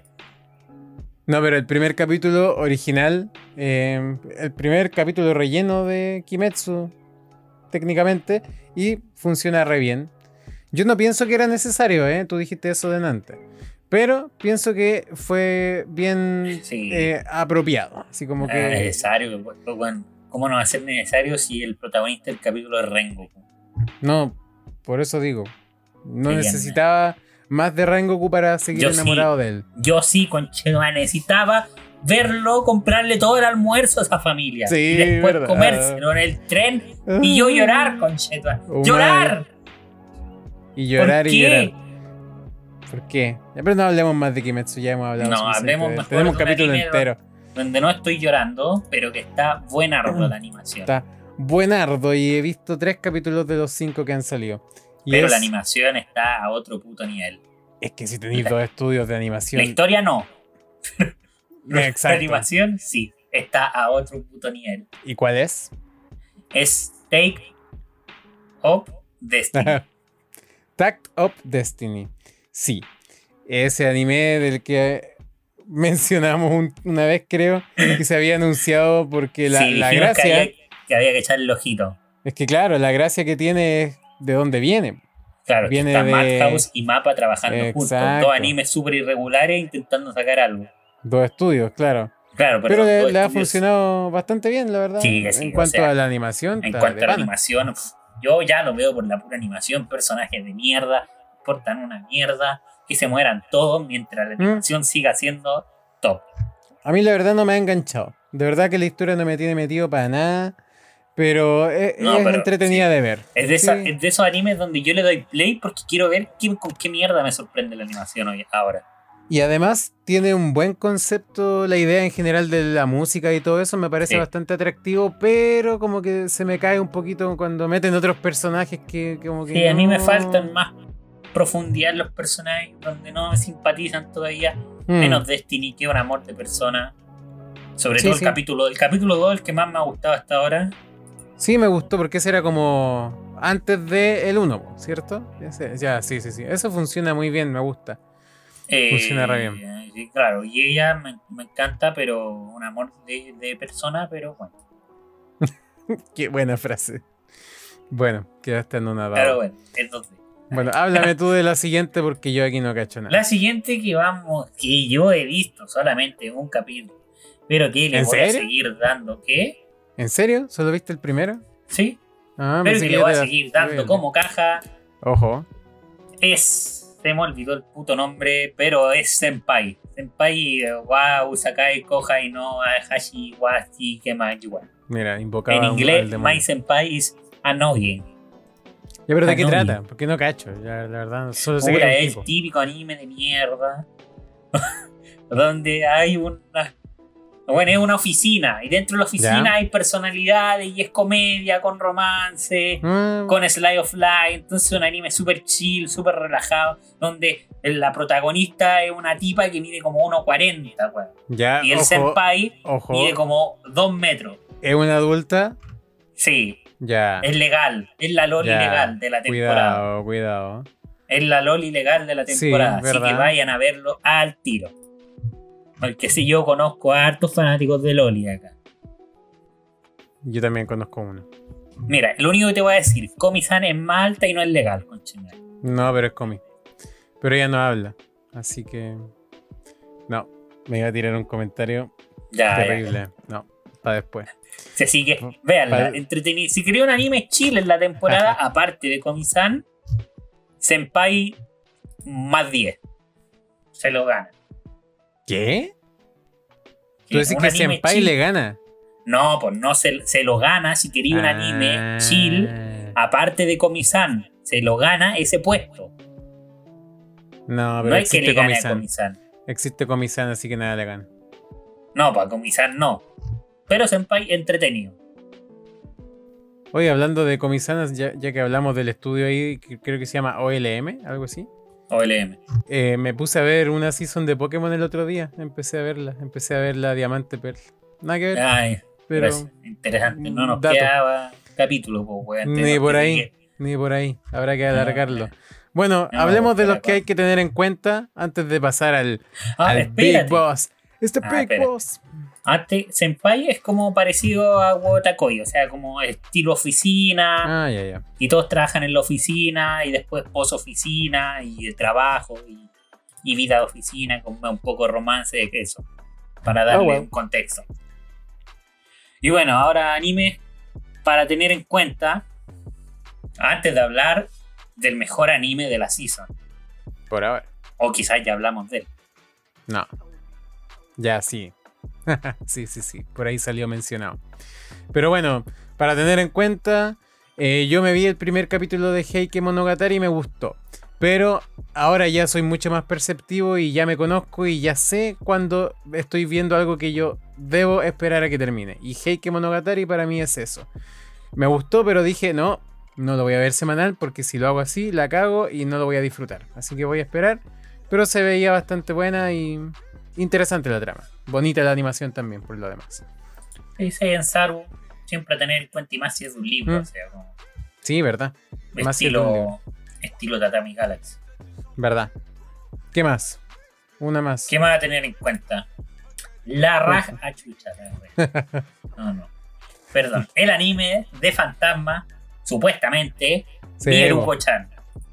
no, pero el primer capítulo original, eh, el primer capítulo relleno de Kimetsu, técnicamente, y funciona re bien. Yo no pienso que era necesario, ¿eh? Tú dijiste eso delante. Pero pienso que fue bien Sí. eh, apropiado. Así como No que. es necesario, pues, bueno, ¿cómo no va a ser necesario si el protagonista del capítulo es Rengoku? No, por eso digo. No Qué bien, necesitaba más de Rengoku para seguir Yo sí. enamorado de él. Yo sí, conchema, necesitaba verlo, comprarle todo el almuerzo a esa familia. Sí, y después verdad. comérselo en el tren y yo llorar, concheta. Oh, ¡Llorar! Y llorar ¿Por y qué? llorar. ¿Por qué? Ya, pero no hablemos más de Kimetsu, ya hemos hablado No, suficiente hablemos de él. mejor Tenemos un de un capítulo anime entero. Donde no estoy llorando, pero que está buenardo la animación. Está buenardo y he visto tres capítulos de los cinco que han salido. Y Pero es, la animación está a otro puto nivel. es que si tenéis dos estudios de animación. La historia no. La Exacto. animación sí, está a otro puto nivel. ¿Y cuál es? Es Take Up Destiny. Tact of Destiny. Sí. Ese anime del que mencionamos un- una vez, creo, que se había anunciado porque la, sí, la dijimos gracia. que había, que había que echarle el ojito. Es que, claro, la gracia que tiene es de dónde viene. Claro, Viene que está de- Madhouse y Mappa trabajando juntos. Exacto. Dos animes súper irregulares intentando sacar algo. Dos estudios, claro. Claro, pero, Pero, le, dos le ha estudios- funcionado bastante bien, la verdad. Sí, sí, en o cuanto sea, a la animación. En está cuanto de a la pana. animación, pf, yo ya lo veo por la pura animación, personajes de mierda, importan una mierda, que se mueran todos mientras la ¿Mm? animación siga siendo top. A mí la verdad no me ha enganchado. De verdad que la historia no me tiene metido para nada. Pero es, No, es pero entretenida de ver. Es de, esa- Sí. es de esos animes donde yo le doy play porque quiero ver qué- con qué mierda me sorprende la animación hoy ahora. Y además tiene un buen concepto, la idea en general de la música y todo eso me parece Sí. bastante atractivo, pero como que se me cae un poquito cuando meten otros personajes que, que como que Sí, a mí me no- faltan más profundidad en los personajes donde no me simpatizan todavía. Mm. Menos Destiny que un amor de persona. Sobre Sí, todo el sí. capítulo, el capítulo dos, el que más me ha gustado hasta ahora. Sí, me gustó porque ese era como antes de el uno, ¿cierto? Ese- ya, sí, sí, sí. Eso funciona muy bien, me gusta. Funciona re bien. Eh, sí, claro, y ella me, me encanta, pero un amor de, de persona, pero bueno. Qué buena frase. Bueno, quedaste en una Pero dada. bueno, entonces. Bueno, háblame tú de la siguiente porque yo aquí no cacho nada. La siguiente que vamos, que yo he visto solamente un capítulo, pero que le ¿En voy a serio? seguir dando, ¿qué? ¿En serio? ¿Solo viste el primero? Sí, Ah, pero pensé que ya le voy a te la- seguir dando como caja. Ojo. Es, se me olvidó el puto nombre, pero es Senpai. Senpai eh, wa Usakai Kohai no Hashi Washi Kemajiwa. Mira, invocaba En al inglés, demonio. My Senpai is annoying. Ya, pero ¿de qué Annoying. trata? Porque no cacho, ya, la verdad. Solo sé que Puta, es un es tipo. típico anime de mierda. Donde hay una Bueno, es una oficina y dentro de la oficina Ya. hay personalidades y es comedia, con romance, Mm, con Slide of Life. Entonces un anime súper chill, súper relajado, donde la protagonista es una tipa que mide como uno cuarenta, weón. ya, Y el ojo, senpai ojo. mide como dos metros. ¿Es una adulta? Sí, Ya. es legal, es la loli ya. legal de la temporada. Cuidado, cuidado. Es la loli legal de la Sí, temporada, así verdad. que vayan a verlo al tiro. Porque si yo conozco a hartos fanáticos de loli acá. Yo también conozco uno. Mira, lo único que te voy a decir, Komi-san es más alta y no es legal, concheña. No, pero es Comi. Pero ella no habla. Así que. No. Me iba a tirar un comentario Ya, ya. terrible. No, para después. Sí, así que, véanla, Pa- entretenido. Si quería un anime chile en la temporada, aparte de Komi-san, Senpai más diez. Se lo gana. ¿Qué? Sí, Tú decís un que anime Senpai chill. le gana. No, pues no se, se lo gana si quería un anime Ah. chill, aparte de Komi-san. Se lo gana ese puesto. No, pero No es que le existe gane a Komi-san. Komi-san. Existe Komi-san, así que nada le gana. No, para Komi-san no. Pero Senpai entretenido. Oye, hablando de Komi-san, ya, ya que hablamos del estudio ahí, que creo que se llama O L M, algo así. O L M. Eh, me puse a ver una season de Pokémon el otro día. Empecé a verla. Empecé a ver la Diamante Pearl. Nada que ver, Ay, pero gracias. Interesante. No nos dato. quedaba capítulo, pues, weón. Te ni por ahí, notifiqué. ni por ahí. Habrá que No, alargarlo. no. Bueno, No, hablemos de espera, los que hay que tener en cuenta antes de pasar al, Ah, al Big espérate. Boss. Este Ah, Big espera. Boss. Antes, Senpai es como parecido a Wotakoi, o sea, como estilo oficina, Ah, ya, ya. y todos trabajan en la oficina, y después post-oficina, y el trabajo, y, y vida de oficina, con un poco de romance de eso, para darle Ah, bueno. un contexto. Y bueno, ahora anime para tener en cuenta, antes de hablar del mejor anime de la season, Por ahora. o quizás ya hablamos de él. No. Ya, sí. sí, sí, sí. Por ahí salió mencionado. Pero bueno, para tener en cuenta, eh, yo me vi el primer capítulo de Heike Monogatari y me gustó. Pero ahora ya soy mucho más perceptivo y ya me conozco y ya sé cuando estoy viendo algo que yo debo esperar a que termine. Y Heike Monogatari para mí es eso. Me gustó, pero dije, no, no lo voy a ver semanal porque si lo hago así, la cago y no lo voy a disfrutar. Así que voy a esperar. Pero se veía bastante buena y interesante la trama. Bonita la animación también, por lo demás. Dice en Saru, siempre tener en cuenta, y más si es un libro, Mm. o sea, como Sí, verdad. Más si es de un libro. estilo, estilo Tatami Galaxy. Verdad. ¿Qué más? Una más. ¿Qué más va a tener en cuenta? La raja. Ah, chucha, no, güey. no, no. Perdón. El anime de Fantasma, supuestamente, Sí, Mieruko-chan.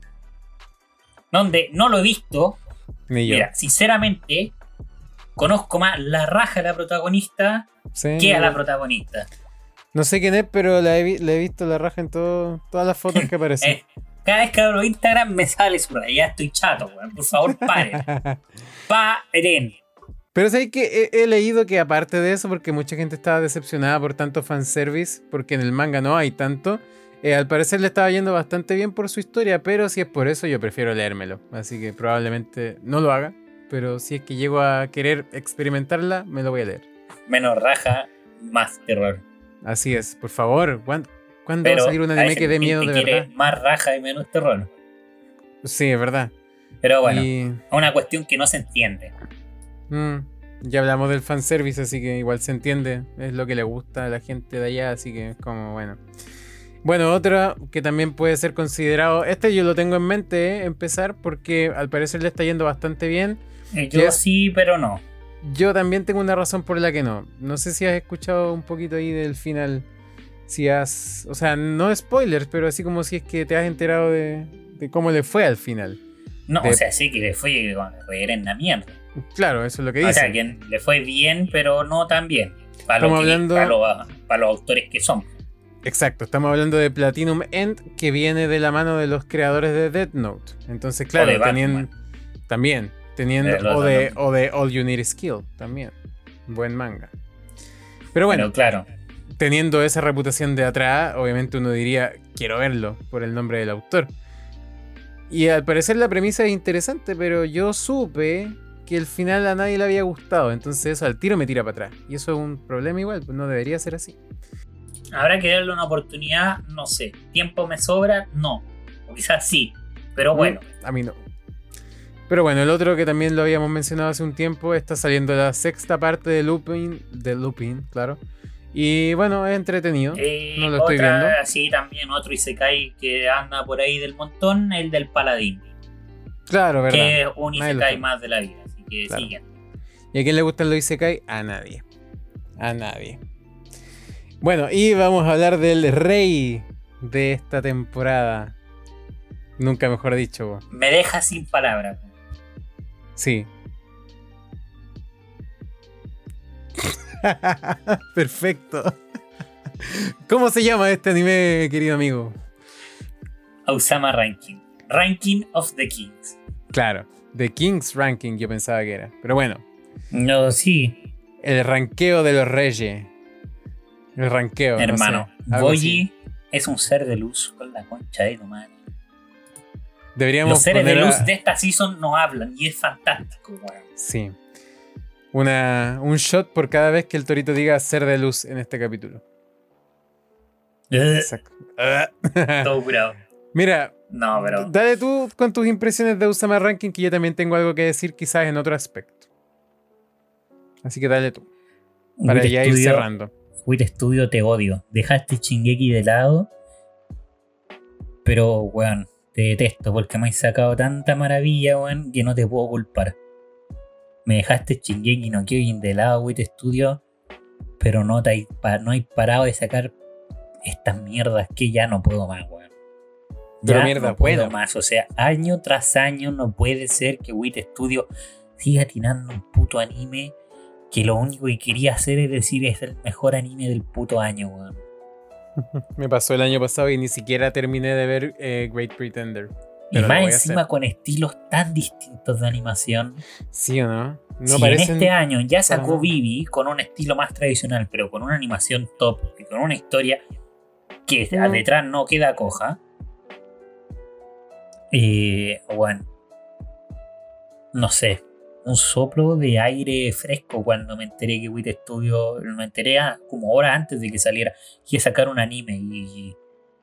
Donde no lo he visto. Ni yo. Mira, sinceramente, conozco más la raja de la protagonista Sí. que a la protagonista. No sé quién es, pero la he, vi- le he visto la raja en todo, todas las fotos que aparecen. Eh, cada vez que abro Instagram me sale su raja. Ya estoy chato, weón. Por favor, paren. Paren. Pero sabes que he, he leído que aparte de eso, porque mucha gente estaba decepcionada por tanto fanservice, porque en el manga no hay tanto, eh, al parecer le estaba yendo bastante bien por su historia, pero si es por eso yo prefiero leérmelo. Así que probablemente no lo haga, pero si es que llego a querer experimentarla, me lo voy a leer. Menos raja, más terror. Así es, por favor, ¿cuándo, ¿cuándo va Pero a salir un hay anime que dé gente miedo que de quiere verdad? más raja y menos terror. Sí, es verdad. Pero bueno, Y, es una cuestión que no se entiende. mm, ya hablamos del fanservice, así que igual se entiende. Es lo que le gusta a la gente de allá, así que es como bueno. Bueno, otra que también puede ser considerado. Este yo lo tengo en mente, eh, empezar, porque al parecer le está yendo bastante bien. Eh, Yo Yes. sí, pero no. Yo también tengo una razón por la que no. No sé si has escuchado un poquito ahí del final. Si has. O sea, no spoilers, pero así como si es que te has enterado de, de cómo le fue al final. No, De- o sea, sí que le fue con reverenda mierda. Claro, eso es lo que O dice. sea, que le fue bien, pero no tan bien. Para, lo Estamos que- hablando- para, los, para los autores que son. Exacto, estamos hablando de Platinum End, que viene de la mano de los creadores de Death Note. Entonces, claro, de tenían, Batman. también, teniendo, De los o, de, dos. o de All You Need Is Skill, también. Buen manga. Pero bueno, Pero claro, teniendo esa reputación de atrás, obviamente uno diría, quiero verlo, por el nombre del autor. Y al parecer la premisa es interesante, pero yo supe que el final a nadie le había gustado. Entonces eso al tiro me tira para atrás. Y eso es un problema igual, pues no debería ser así. Habrá que darle una oportunidad, no sé. ¿Tiempo me sobra? No. O quizás sí. Pero bueno. A mí no. Pero bueno, el otro que también lo habíamos mencionado hace un tiempo, está saliendo la sexta parte de Lupin, de Lupin, claro. Y bueno, es entretenido. Eh, no lo estoy otra, viendo. Sí, también otro Isekai que anda por ahí del montón, el del Paladín. Claro, verdad. Que es un Nadie lo Isekai está- más de la vida. Así que Claro. siguen. ¿Y a quién le gustan los Isekai? A nadie. A nadie. Bueno, y vamos a hablar del rey de esta temporada. Nunca mejor dicho, vos. Me deja sin palabras. Sí. Perfecto. ¿Cómo se llama este anime, querido amigo? Osama Ranking. Ranking of the Kings. Claro, The King's Ranking yo pensaba que era. Pero bueno, No, sí, el ranqueo de los reyes. El ranqueo, no hermano. sé, algo así. Boji es un ser de luz con la concha de tu madre. Deberíamos Los seres de poner a- luz de esta season no hablan y es fantástico, weón. Sí. Una, un shot por cada vez que el Torito diga ser de luz en este capítulo. Exacto. Todo curado. Mira, No, pero. dale tú con tus impresiones de Osama Ranking, que yo también tengo algo que decir quizás en otro aspecto. Así que dale tú, para Wit ya ir Studio- cerrando. Wit Studio, te odio. Dejaste Shingeki de lado. Pero, weón, te detesto porque me has sacado tanta maravilla, weón, que no te puedo culpar. Me dejaste Shingeki no Kyojin de lado, Wit Studio. Pero no, te hay, pa- no hay parado de sacar estas mierdas que ya no puedo más, weón. Pero Ya mierda no puedo buena. más. O sea, año tras año no puede ser que Wit Studio siga tirando un puto anime que lo único que quería hacer es decir es el mejor anime del puto año, weón. Me pasó el año pasado y ni siquiera terminé de ver eh, Great Pretender. Y Pero lo más voy a encima hacer. con estilos tan distintos de animación. ¿Sí o no? No si parecen... en este año ya sacó Ajá. Vivi con un estilo más tradicional, pero con una animación top y con una historia que Mm. detrás no queda coja. Eh, bueno, no sé, un soplo de aire fresco cuando me enteré que Wit Studio, me enteré a- como horas antes de que saliera, que sacar un anime y,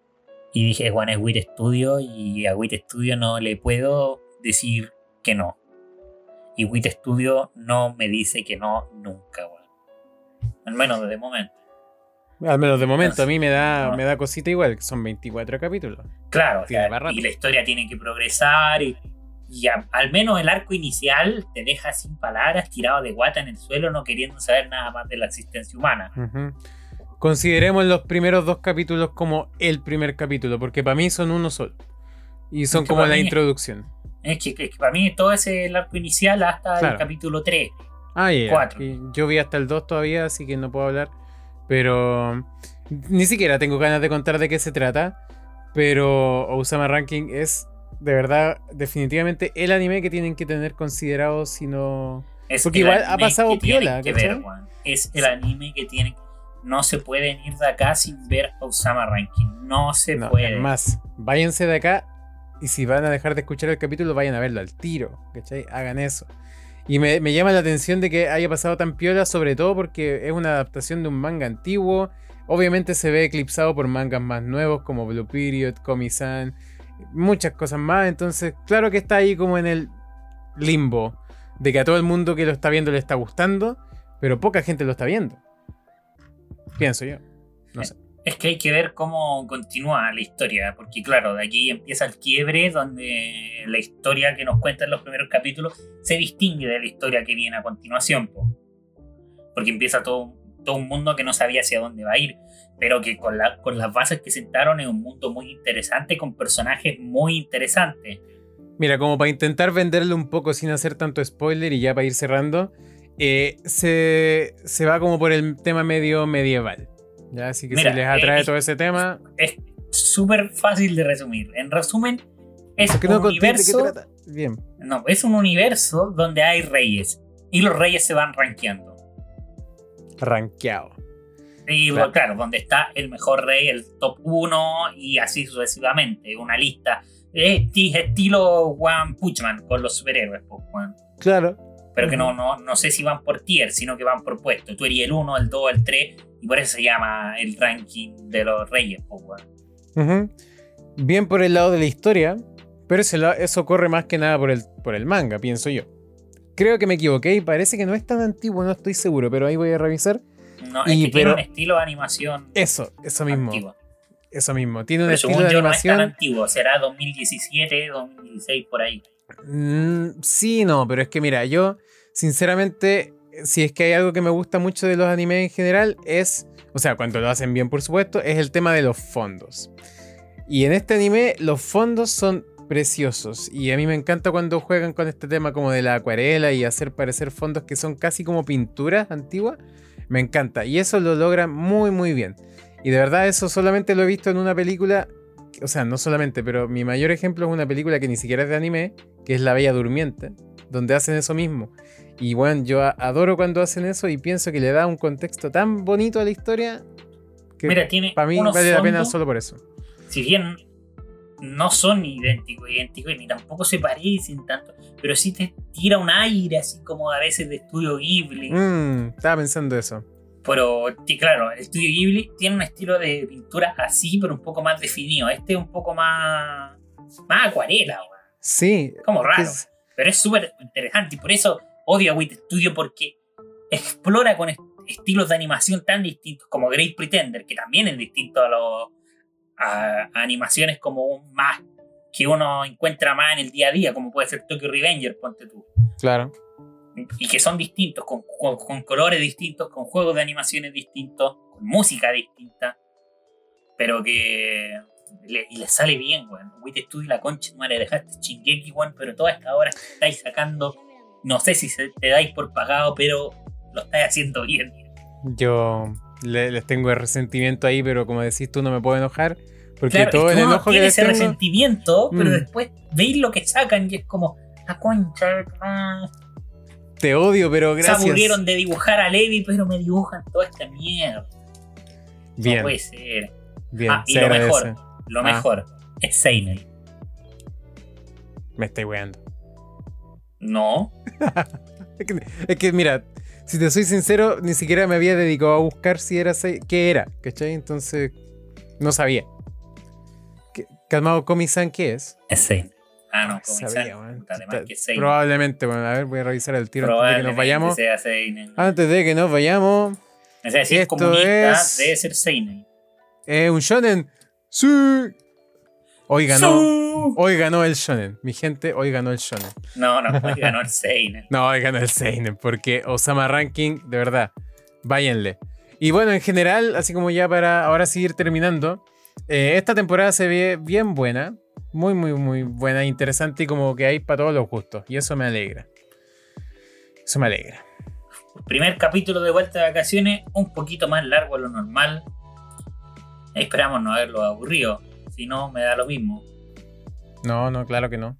y dije, bueno, es Wit Studio y a Wit Studio no le puedo decir que no. Y Wit Studio no me dice que no nunca, weón. Al menos desde el momento. Al menos de momento, a mí me da, No. me da cosita igual, que son veinticuatro capítulos. Claro, o Tiene sea, más rato. y la historia tiene que progresar y, y a- al menos el arco inicial te deja sin palabras, tirado de guata en el suelo, no queriendo saber nada más de la existencia humana. Ujú. Consideremos los primeros dos capítulos como el primer capítulo, porque para mí son uno solo. Y son Es que como para la mí- introducción. Es que, es que para mí todo ese el arco inicial hasta Claro. el capítulo tres. Ah, ya. Cuatro. Y yo vi hasta el dos todavía, así que no puedo hablar. Pero ni siquiera tengo ganas de contar de qué se trata. Pero Osama Ranking es, de verdad, definitivamente el anime que tienen que tener considerado si no... Es Porque el igual ha anime pasado que tienen piola, que ¿cachai? ver, weón. Es el anime que tienen. No se pueden ir de acá sin ver Osama Ranking. No se No, puede. es más, váyanse de acá y si van a dejar de escuchar el capítulo, vayan a verlo al tiro, ¿cachai? Hagan eso. Y me, me llama la atención de que haya pasado tan piola, sobre todo porque es una adaptación de un manga antiguo. Obviamente se ve eclipsado por mangas más nuevos como Blue Period, Komi-san, muchas cosas más. Entonces, claro que está ahí como en el limbo de que a todo el mundo que lo está viendo le está gustando, pero poca gente lo está viendo. Pienso yo. No sé. Es que hay que ver cómo continúa la historia, porque claro, de aquí empieza el quiebre donde la historia que nos cuentan los primeros capítulos se distingue de la historia que viene a continuación, po. Porque empieza todo, todo un mundo que no sabía hacia dónde va a ir, pero que con, la, con las bases que sentaron es un mundo muy interesante, con personajes muy interesantes. Mira, como para intentar venderle un poco sin hacer tanto spoiler y ya para ir cerrando, eh, se, se va como por el tema medio medieval. ¿Ya? Así que Mira, si les atrae eh, todo ese tema... Es súper fácil de resumir. En resumen, es ¿por qué un no conté de qué universo... trata? Bien. No, es un universo donde hay reyes y los reyes se van rankeando. Rankeado. Y Claro. claro. donde está el mejor rey, el top uno y así sucesivamente. Una lista eh, esti- estilo One Punch Man con los superhéroes. Pues, Juan. Claro. pero que no, no, no sé si van por tier, sino que van por puesto. Tú eres el uno, el dos, el tres, y por eso se llama el ranking de los reyes, pues, weón. Uh-huh. Bien por el lado de la historia, pero ese lado, eso corre más que nada por el, por el manga, pienso yo. Creo que me equivoqué y parece que no es tan antiguo, no estoy seguro, pero ahí voy a revisar. No, es y, que pero, tiene un estilo de animación. Eso, eso mismo. Antigua. Eso mismo. Tiene un pero estilo según de yo animación. No es tan antiguo, será dos mil diecisiete, dos mil dieciséis, por ahí. Mm, sí, no, pero es que mira, yo, sinceramente, si es que hay algo que me gusta mucho de los animes en general, es. O sea, cuando lo hacen bien, por supuesto, es el tema de los fondos. Y en este anime, los fondos son preciosos. Y a mí me encanta cuando juegan con este tema como de la acuarela y hacer parecer fondos que son casi como pinturas antiguas. Me encanta. Y eso lo logran muy, muy bien. Y de verdad eso solamente lo he visto en una película. O sea, no solamente, pero mi mayor ejemplo es una película que ni siquiera es de anime, que es La Bella Durmiente, donde hacen eso mismo. Y bueno, yo adoro cuando hacen eso y pienso que le da un contexto tan bonito a la historia que Mira, tiene para mí unos vale la pena fondos, solo por eso. Si bien no son idénticos, idénticos, ni tampoco se parecen tanto, pero sí te tira un aire así como a veces de estudio Ghibli. Mm, estaba pensando eso. Pero sí, claro, el estudio Ghibli tiene un estilo de pintura así, pero un poco más definido. Este es un poco más, más acuarela, güey. Sí. Como raro, Es... pero es súper interesante y por eso odio a Wit Studio, porque explora con est- estilos de animación tan distintos como Great Pretender, que también es distinto a, los, a, a animaciones como un más que uno encuentra más en el día a día, como puede ser Tokyo Revenger, ponte tú. Claro. Y que son distintos, con, con, con colores distintos, con juegos de animaciones distintos, con música distinta, pero que le, y le sale bien, weón. Wit Studio, la concha, madre, dejaste Shingeki, weón, pero todas estas horas que estáis sacando, no sé si se, te dais por pagado, pero lo estáis haciendo bien. Yo le, les tengo el resentimiento ahí, pero como decís tú, no me puedo enojar. Porque Claro, todo es el que uno enojo que tiene les ese tengo... resentimiento, pero Mm. después veis lo que sacan y es como, la concha, ah, Te odio, pero se gracias. aburrieron de dibujar a Levi, pero me dibujan toda esta mierda. Bien, No puede ser. bien. Ah, y se lo agradece. mejor, lo Ah. mejor es Seinen. Me estoy weando. No. Es que, es que, mira, si te soy sincero, ni siquiera me había dedicado a buscar si era sei- qué era, ¿cachai? Entonces, no sabía. ¿Qué- Calmado Komi-san, ¿qué es? Es Seinen. Ah, no, como Sabía, Isaac, weón. además Ta- que es Seinen. Probablemente, bueno, a ver, voy a revisar el tiro antes de que Probablemente nos vayamos. sea Seinen. Antes de que nos vayamos, Es decir, esto comunista es- debe ser Seinen. eh, un shonen. Sí. Hoy ganó, Su- hoy ganó el shonen. Mi gente, hoy ganó el shonen. No, no, pues ganó el Seinen. No, hoy ganó el seinen, porque Osama Ranking, de verdad, váyanle. Y bueno, en general, así como ya para ahora seguir terminando, eh, esta temporada se ve bien buena, muy, muy, muy buena, interesante y como que hay para todos los gustos. Y eso me alegra. Eso me alegra. Primer capítulo de vuelta de vacaciones, un poquito más largo de lo normal. Esperamos no haberlo aburrido. Si no, me da lo mismo. No, no, claro que no.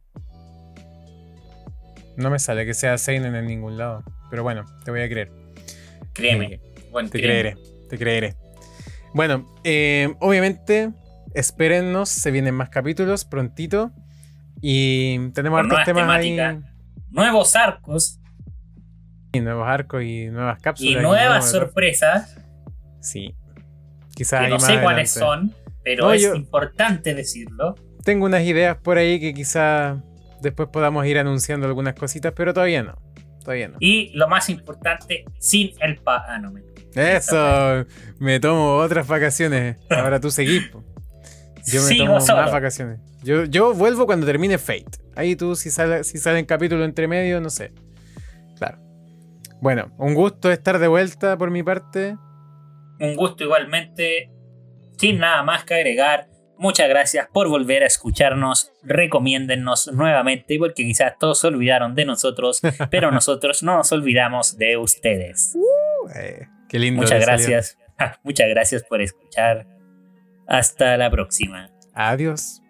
No me sale que sea seinen en ningún lado. Pero bueno, te voy a creer. Créeme. Eh, Bueno, Te créeme. creeré, te creeré. Bueno, eh, obviamente, espérennos, se vienen más capítulos prontito. Y tenemos Con hartos nuevas temas temáticas, nuevos arcos ahí. Y nuevos arcos y nuevas cápsulas. y y nuevas nuevos- sorpresas Sí. Quizás que ahí no más sé cuáles adelante. son, pero No, es yo- importante decirlo. Tengo unas ideas por ahí que quizás después podamos ir anunciando algunas cositas, pero todavía no. Todavía no. Y lo más importante, sin el pa... Ah, no, me... Eso, me tomo otras vacaciones. Ahora tú seguís. po. Yo me Sigo tomo solo. más vacaciones. Yo, yo vuelvo cuando termine Fate. Ahí tú, si sale, si salen capítulos entre medio, no sé. Claro. Bueno, un gusto estar de vuelta por mi parte. Un gusto igualmente. Sin nada más que agregar. Muchas gracias por volver a escucharnos. Recomiéndennos nuevamente porque quizás todos se olvidaron de nosotros, pero nosotros no nos olvidamos de ustedes. Eh, qué lindo. Muchas te salió. gracias. Muchas gracias por escuchar. Hasta la próxima. Adiós.